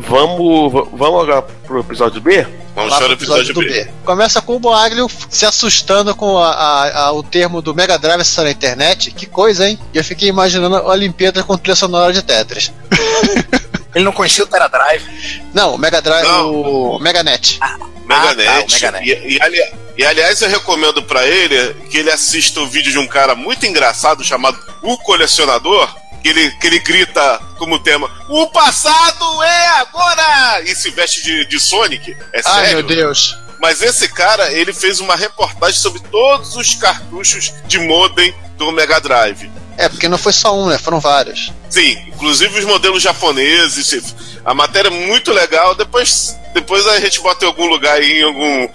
S4: vamos, vamos agora pro episódio B?
S7: Vamos para o episódio, episódio B. B.
S3: Começa com o Boaglio se assustando com a, a, a, o termo do Mega Drive na internet. Que coisa, hein? E eu fiquei imaginando a Olimpíada com trilha sonora de Tetris.
S2: Ele não conhecia o Mega Drive?
S3: Não, o Mega Drive, não. o Meganet.
S7: Ah, Meganet. Ah, tá, Meganet. E, e, ali, e aliás, eu recomendo pra ele que ele assista o vídeo de um cara muito engraçado chamado O Colecionador. Que ele, que ele grita como tema: o passado é agora! E se veste de, de Sonic. É sério.
S3: Ai, meu Deus.
S7: Mas esse cara, ele fez uma reportagem sobre todos os cartuchos de modem do Mega Drive.
S3: É, porque não foi só um, né? Foram vários.
S7: Sim, inclusive os modelos japoneses. A matéria é muito legal. Depois, depois a gente bota em algum lugar aí, em algum,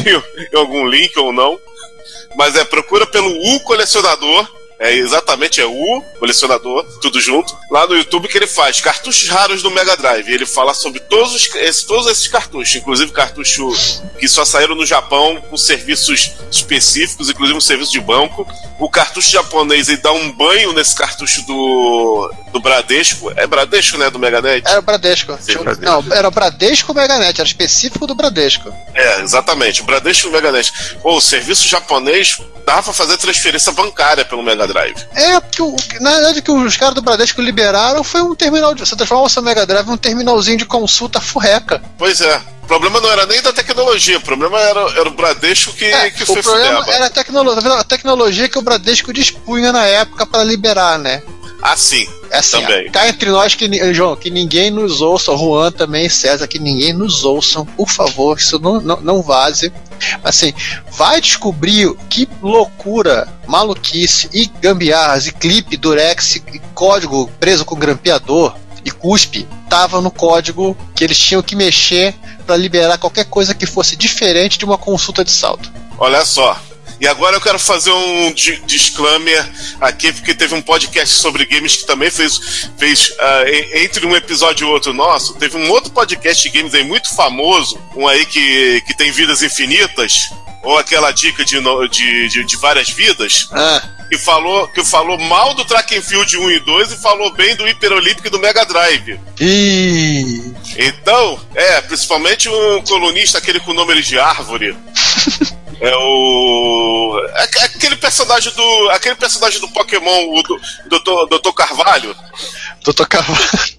S7: em algum link ou não. Mas é, procura pelo U Colecionador. É exatamente, é o Colecionador, tudo junto, lá no YouTube, que ele faz cartuchos raros do Mega Drive. Ele fala sobre todos, os, esse, todos esses cartuchos, inclusive cartuchos que só saíram no Japão com serviços específicos, inclusive um serviço de banco. O cartucho japonês, ele dá um banho nesse cartucho do, do Bradesco. É Bradesco, né? Do Meganet?
S3: Era o Bradesco. Sim, Bradesco. Não, era o Bradesco Meganet, era específico do Bradesco.
S7: É, exatamente, o Bradesco Meganet. Pô, o serviço japonês dava pra fazer transferência bancária pelo Mega Drive.
S3: É, porque o, na verdade o que os caras do Bradesco liberaram foi um terminal de... Você transformava o seu Mega Drive num terminalzinho de consulta furreca.
S7: Pois é. O problema não era nem da tecnologia, o problema era, era o Bradesco que,
S3: é,
S7: que foi
S3: o problema
S7: fudeba.
S3: Era a, tecno, a tecnologia que o Bradesco dispunha na época para liberar, né?
S7: Ah, sim.
S3: É assim,
S7: também.
S3: Cá entre nós, que, João, que ninguém nos ouça, o Juan também, César, que ninguém nos ouçam, por favor, isso não, não, não vaze. Assim, vai descobrir que loucura, maluquice e gambiarras e clipe, durex e código preso com grampeador e cuspe tava no código que eles tinham que mexer para liberar qualquer coisa que fosse diferente de uma consulta de saldo.
S7: Olha só. E agora eu quero fazer um di- disclaimer aqui, porque teve um podcast sobre games que também fez, fez uh, e- entre um episódio e outro nosso, teve um outro podcast de games aí muito famoso, um aí que, que tem vidas infinitas, ou aquela dica de, no- de, de, de várias vidas,
S3: Ah.
S7: que, falou, que falou mal do Track and Field um e dois e falou bem do Hyper Olympic e do Mega Drive.
S3: Ih.
S7: Então, é, principalmente um colunista, aquele com o nome de Árvore. É o. é Aquele personagem do. Aquele personagem do Pokémon, o do, doutor doutor Carvalho.
S3: doutor Carvalho.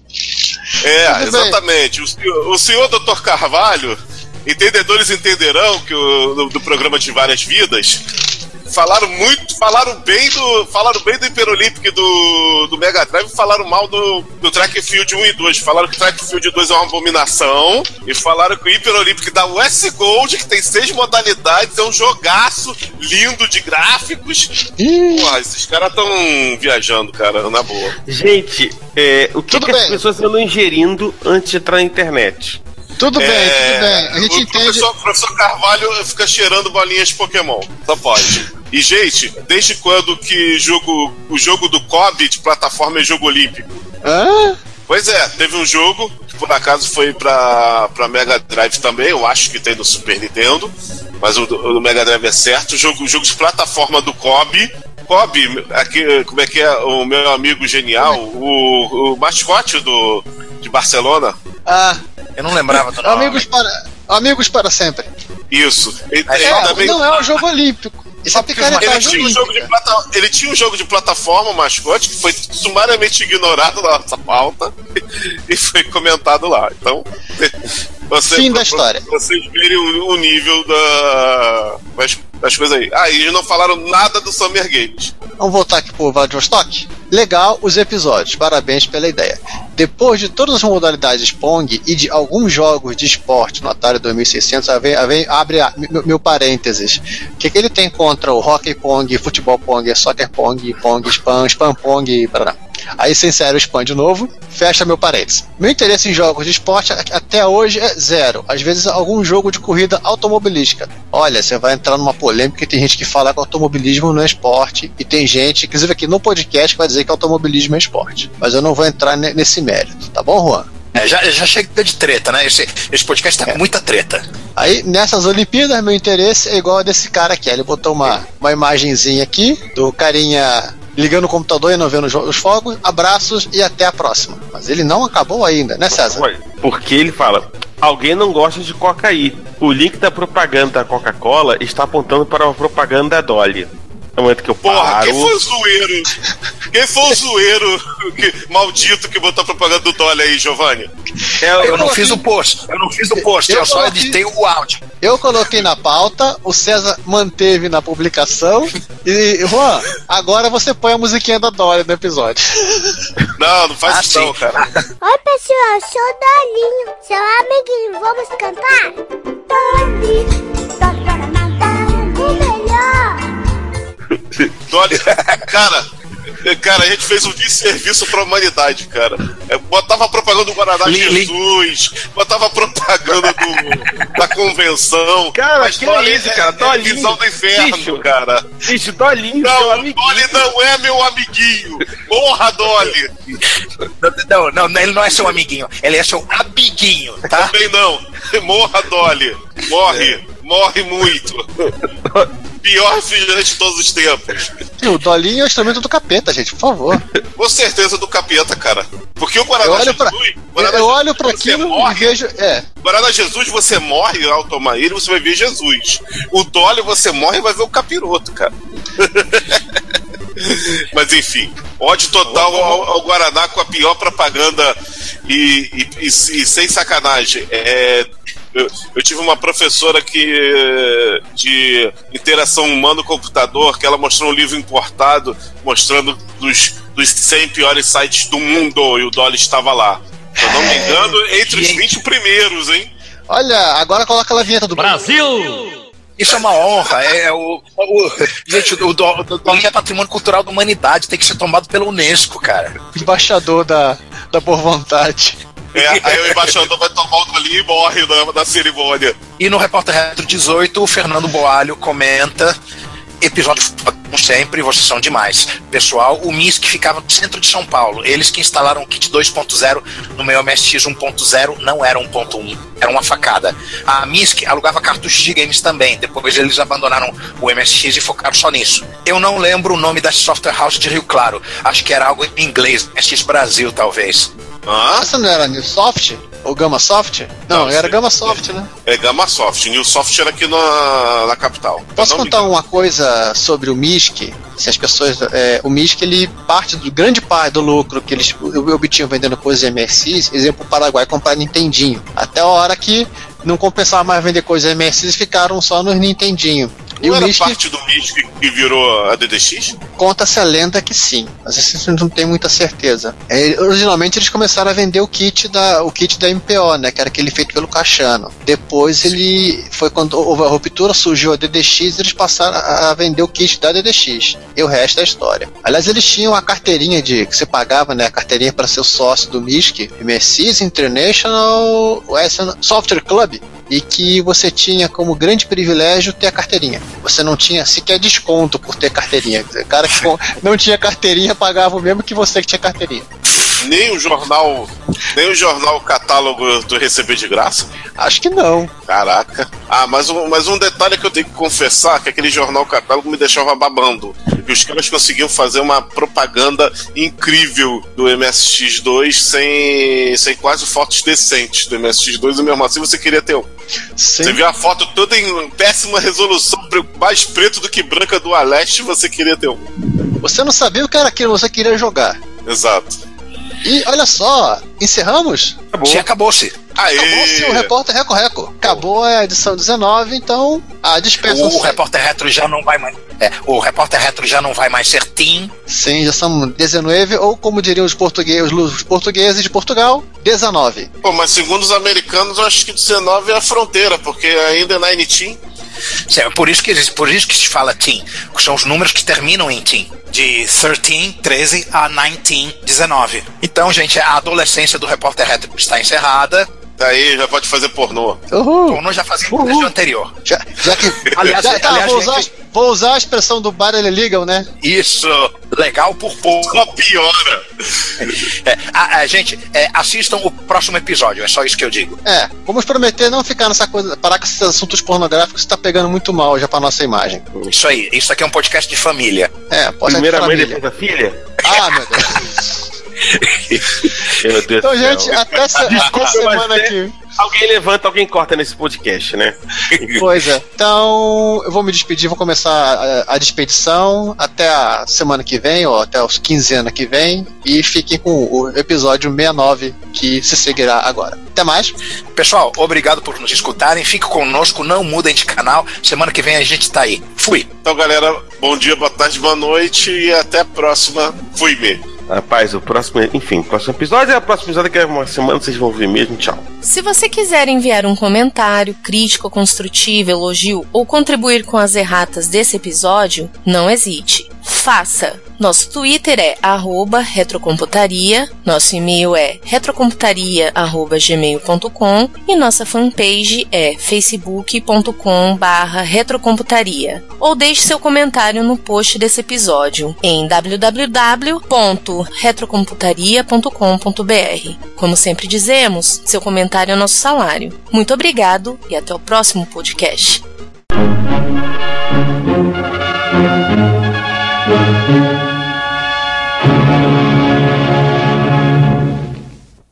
S7: É,
S3: Tudo
S7: exatamente. O, senhor- o senhor doutor Carvalho, entendedores entenderão que o, do, do programa de várias vidas. Falaram muito, falaram bem do. Falaram bem do Hyper Olympic do, do Mega Drive e falaram mal do, do Track and Field um e dois. Falaram que o Track and Field dois é uma abominação. E falaram que o Hyper Olympic da U S Gold, que tem seis modalidades, é um jogaço lindo de gráficos. Porra, esses caras tão viajando, cara, na boa.
S4: Gente, é, o que,
S3: Tudo
S4: que as
S3: bem.
S4: pessoas andam ingerindo antes de entrar na internet?
S3: Tudo bem,
S7: É,
S3: tudo bem. A gente
S7: o
S3: entende.
S7: Professor, professor Carvalho fica cheirando bolinhas de Pokémon. Só pode. E, gente, desde quando que jogo, o jogo do C O B de plataforma é jogo olímpico?
S3: Hã?
S7: Pois é, teve um jogo que por acaso foi pra, pra Mega Drive também, eu acho que tem no Super Nintendo, mas o do, o do Mega Drive é certo. O jogo, o jogo de plataforma do C O B. C O B, aqui, como é que é? O meu amigo genial, o, o mascote do, de Barcelona.
S3: Ah,
S2: Eu não lembrava do nome.
S3: amigos para, amigos para sempre.
S7: Isso. Ele,
S2: Mas
S7: ele
S3: É,
S7: também-
S3: não é um jogo olímpico. Isso é
S2: porque
S3: picaretagem
S7: Ele tinha, um jogo de
S3: olímpica.
S7: plata... ele tinha um jogo de plataforma, mascote, que foi sumariamente ignorado na nossa pauta e foi comentado lá. Então, você,
S3: Fim da
S7: pra-
S3: história.
S7: pra vocês verem o, o nível da, das, das coisas aí. Ah, e eles não falaram nada do Summer Games.
S3: Vamos voltar aqui pro Vladivostok? Legal os episódios, parabéns pela ideia. Depois de todas as modalidades Pong e de alguns jogos de esporte no Atari dois mil e seiscentos, vem, vem, abre a, meu, meu parênteses. O que, que ele tem contra o Hockey Pong, Futebol Pong, Soccer Pong, Pong, Spam, Spam Pong e parará. Aí sem sério Spam de novo, fecha meu parênteses. Meu interesse em jogos de esporte a- até hoje é zero. Às vezes algum jogo de corrida automobilística. Olha, você vai entrar numa polêmica e tem gente que fala que automobilismo não é esporte e tem gente, inclusive aqui no podcast, que vai dizer que automobilismo é esporte. Mas eu não vou entrar ne- nesse mérito, tá bom, Juan?
S2: É, já, já chega de treta, né? Esse, esse podcast tá com muita treta.
S3: Aí, nessas Olimpíadas, meu interesse é igual a desse cara aqui. Ele botou uma, uma imagenzinha aqui do carinha ligando o computador e não vendo os, os fogos. Abraços e até a próxima. Mas ele não acabou ainda, né, César?
S4: Ué, porque ele fala: alguém não gosta de Coca-I. O link da propaganda da Coca-Cola está apontando para a propaganda da Dolly. No momento que eu
S7: Porra,
S4: paro...
S7: quem foi o zoeiro? Quem foi o zoeiro que, maldito que botou a propaganda do Dolly aí, Giovanni?
S4: É,
S2: Eu,
S3: eu
S2: não
S3: coloquei-
S2: fiz o post. Eu não fiz o post.
S3: Eu
S2: Eu, só
S3: coloquei-
S2: editei o áudio.
S3: Eu coloquei na pauta, o César manteve na publicação. E, Juan, agora você põe a musiquinha da Dolly no episódio.
S7: Não, não faz
S2: Ah,
S7: isso não,
S2: sim.
S7: cara.
S6: Oi, pessoal, sou o Dolinho, seu amiguinho. Vamos cantar? Doli, Doli Guaraná, o melhor.
S7: Dolly, cara, cara, a gente fez um desserviço pra humanidade, cara. É, botava propaganda do Guaraná
S2: Li- li-
S7: Jesus, botava propaganda do, da convenção.
S4: Cara,
S7: mas
S4: que
S7: Dolly
S4: isso, cara,
S7: é, é
S4: Dolinho.
S7: visão do inferno,
S4: Bicho.
S7: cara.
S4: Bicho, Dolinho,
S7: Não,
S4: seu
S7: o
S4: amiguinho.
S7: Dolly não é meu amiguinho. Porra, Dolly.
S2: Não, não, não, ele não é seu amiguinho. Ele é seu amiguinho, tá?
S7: Também não. Morra, Dolly. Morre. Morre muito. Pior refrigerante de todos os tempos.
S3: E o Dolinho é o instrumento do capeta, gente, por favor.
S7: Com certeza do capeta, cara. Porque o
S3: Eu
S7: Guaraná
S3: olho pra,
S7: Jesus...
S3: eu,
S7: Guaraná
S3: eu olho pra
S7: Jesus, você
S3: aquilo e
S7: morre.
S3: vejo. É.
S7: Guaraná Jesus, você morre ao tomar ele, você vai ver Jesus. O Dolly, você morre e vai ver o capiroto, cara. Mas enfim, ódio total ao, ao Guaraná com a pior propaganda e, e, e, e sem sacanagem. É, eu, eu tive uma professora que de interação humano-computador que ela mostrou um livro importado mostrando dos, dos cem piores sites do mundo e o Dolly estava lá. Se eu não me engano, entre os vinte primeiros, hein?
S3: Olha, agora coloca a vinheta do
S11: Brasil!
S2: Isso é uma honra. É, é o, o- gente, o Dolly é patrimônio cultural da humanidade. Tem que ser tomado pela Unesco, cara.
S3: embaixador da, da boa vontade.
S7: É, aí o embaixador vai tomar o ali e morre na, na cerimônia.
S2: E no Repórter Retro dezoito, o Fernando Boalho comenta: episódio como sempre, vocês são demais. Pessoal, o M I S C ficava no centro de São Paulo. Eles que instalaram o kit dois ponto zero no meu M S X um ponto zero não era um ponto um, era uma facada. A M I S C alugava cartuchos de games também. Depois eles abandonaram o M S X e focaram só nisso. Eu não lembro o nome da software house de Rio Claro. Acho que era algo em inglês, M S X Brasil, talvez.
S7: Ah?
S3: Essa não era Newsoft? Ou Gamasoft? Não, não era Gamasoft, né?
S7: É Gamasoft. Newsoft era aqui na, na capital.
S3: Posso contar uma coisa sobre o M I S C? Se as pessoas, é, o M I S C, ele parte do grande parte do lucro que eles obtinham vendendo coisas de M S X, exemplo, o Paraguai comprar Nintendinho. Até a hora que não compensava mais vender coisas de M S X e ficaram só no Nintendinho.
S7: Não e era o M I S C, parte do M I S C que virou a D D X?
S3: Conta-se a lenda que sim, mas a gente não tem muita certeza. É, originalmente eles começaram a vender o kit da, o kit da M P O, né, que era aquele feito pelo Cachano. Depois ele foi quando houve a ruptura, surgiu a D D X, eles passaram a vender o kit da D D X. E o resto é história. Aliás, eles tinham a carteirinha de que você pagava, né, a carteirinha para ser sócio do M I S C, M S X International Software Club. E que você tinha como grande privilégio ter a carteirinha. Você não tinha sequer desconto por ter carteirinha. O cara que não tinha carteirinha pagava o mesmo que você que tinha carteirinha.
S7: Nem o jornal, nem o jornal catálogo tu recebeu de graça?
S3: Acho que não.
S7: Caraca. Ah, mas um, mas um detalhe que eu tenho que confessar, que aquele jornal catálogo me deixava babando. E os caras conseguiam fazer uma propaganda incrível do M S X dois sem, sem quase fotos decentes do M S X dois, e mesmo assim você queria ter um. Sim. Você viu a foto toda em péssima resolução, mais preto do que branca do Aleste, você queria ter um.
S3: Você não sabia o que era aquilo, você queria jogar.
S7: Exato.
S3: E olha só, encerramos?
S2: Acabou. Sim, acabou-se.
S3: Acabou-se o Repórter Reco Reco. Acabou a edição dezenove, então a dispensa.
S2: O Repórter Retro já não vai mais. É, o Repórter Retro já não vai mais ser Team.
S3: Sim, já são dezenove, ou como diriam os portugueses, os portugueses de Portugal, dezenove.
S7: Pô, mas segundo os americanos, eu acho que dezenove é a fronteira, porque ainda é nine Team.
S2: É por isso que por isso que se fala Team, são os números que terminam em Team, de treze, treze a dezenove, dezenove. Então, gente, a adolescência do Repórter Retro está encerrada.
S7: Daí já pode fazer pornô.
S3: Uhul.
S2: Pornô já fazia desde o anterior.
S3: Já, já que, aliás, já, tá, aliás, vou, usar, gente... vou usar a expressão do bar illegal, né?
S2: Isso, legal por pouco.
S7: Só piora.
S2: É, a, a, gente, é, assistam o próximo episódio, é só isso que eu digo.
S3: É, vamos prometer não ficar nessa coisa, parar com esses assuntos pornográficos que está pegando muito mal já pra nossa imagem.
S2: Isso aí, isso aqui é um podcast de família.
S3: É, pode ser
S4: Primeira mãe, depois a filha?
S3: Ah, meu Deus.
S4: Meu Deus
S3: então,
S4: do
S3: gente,
S4: céu.
S3: até, se, até semana que...
S4: Alguém levanta, alguém corta nesse podcast, né?
S3: Pois é. Então, eu vou me despedir, vou começar a, a despedição até a semana que vem, ou até os quinze anos que vem, e fiquem com o episódio sessenta e nove, que se seguirá agora. Até mais.
S2: Pessoal, obrigado por nos escutarem, fiquem conosco, não mudem de canal, semana que vem a gente tá aí. Fui.
S7: Então, galera, bom dia, boa tarde, boa noite, e até a próxima. Fui-me.
S4: Rapaz, o próximo, enfim, o próximo episódio é o próximo episódio, que é uma semana, vocês vão ver mesmo, tchau.
S1: Se você quiser enviar um comentário, crítica construtiva, elogio ou contribuir com as erratas desse episódio, não hesite. Faça! Nosso Twitter é arroba retrocomputaria, nosso e-mail é retrocomputaria arroba gmail ponto com e nossa fanpage é facebook ponto com barra retrocomputaria. Ou deixe seu comentário no post desse episódio em w w w ponto retrocomputaria ponto com ponto b r. Como sempre dizemos, seu comentário é nosso salário. Muito obrigado e até o próximo podcast.
S8: Thank you.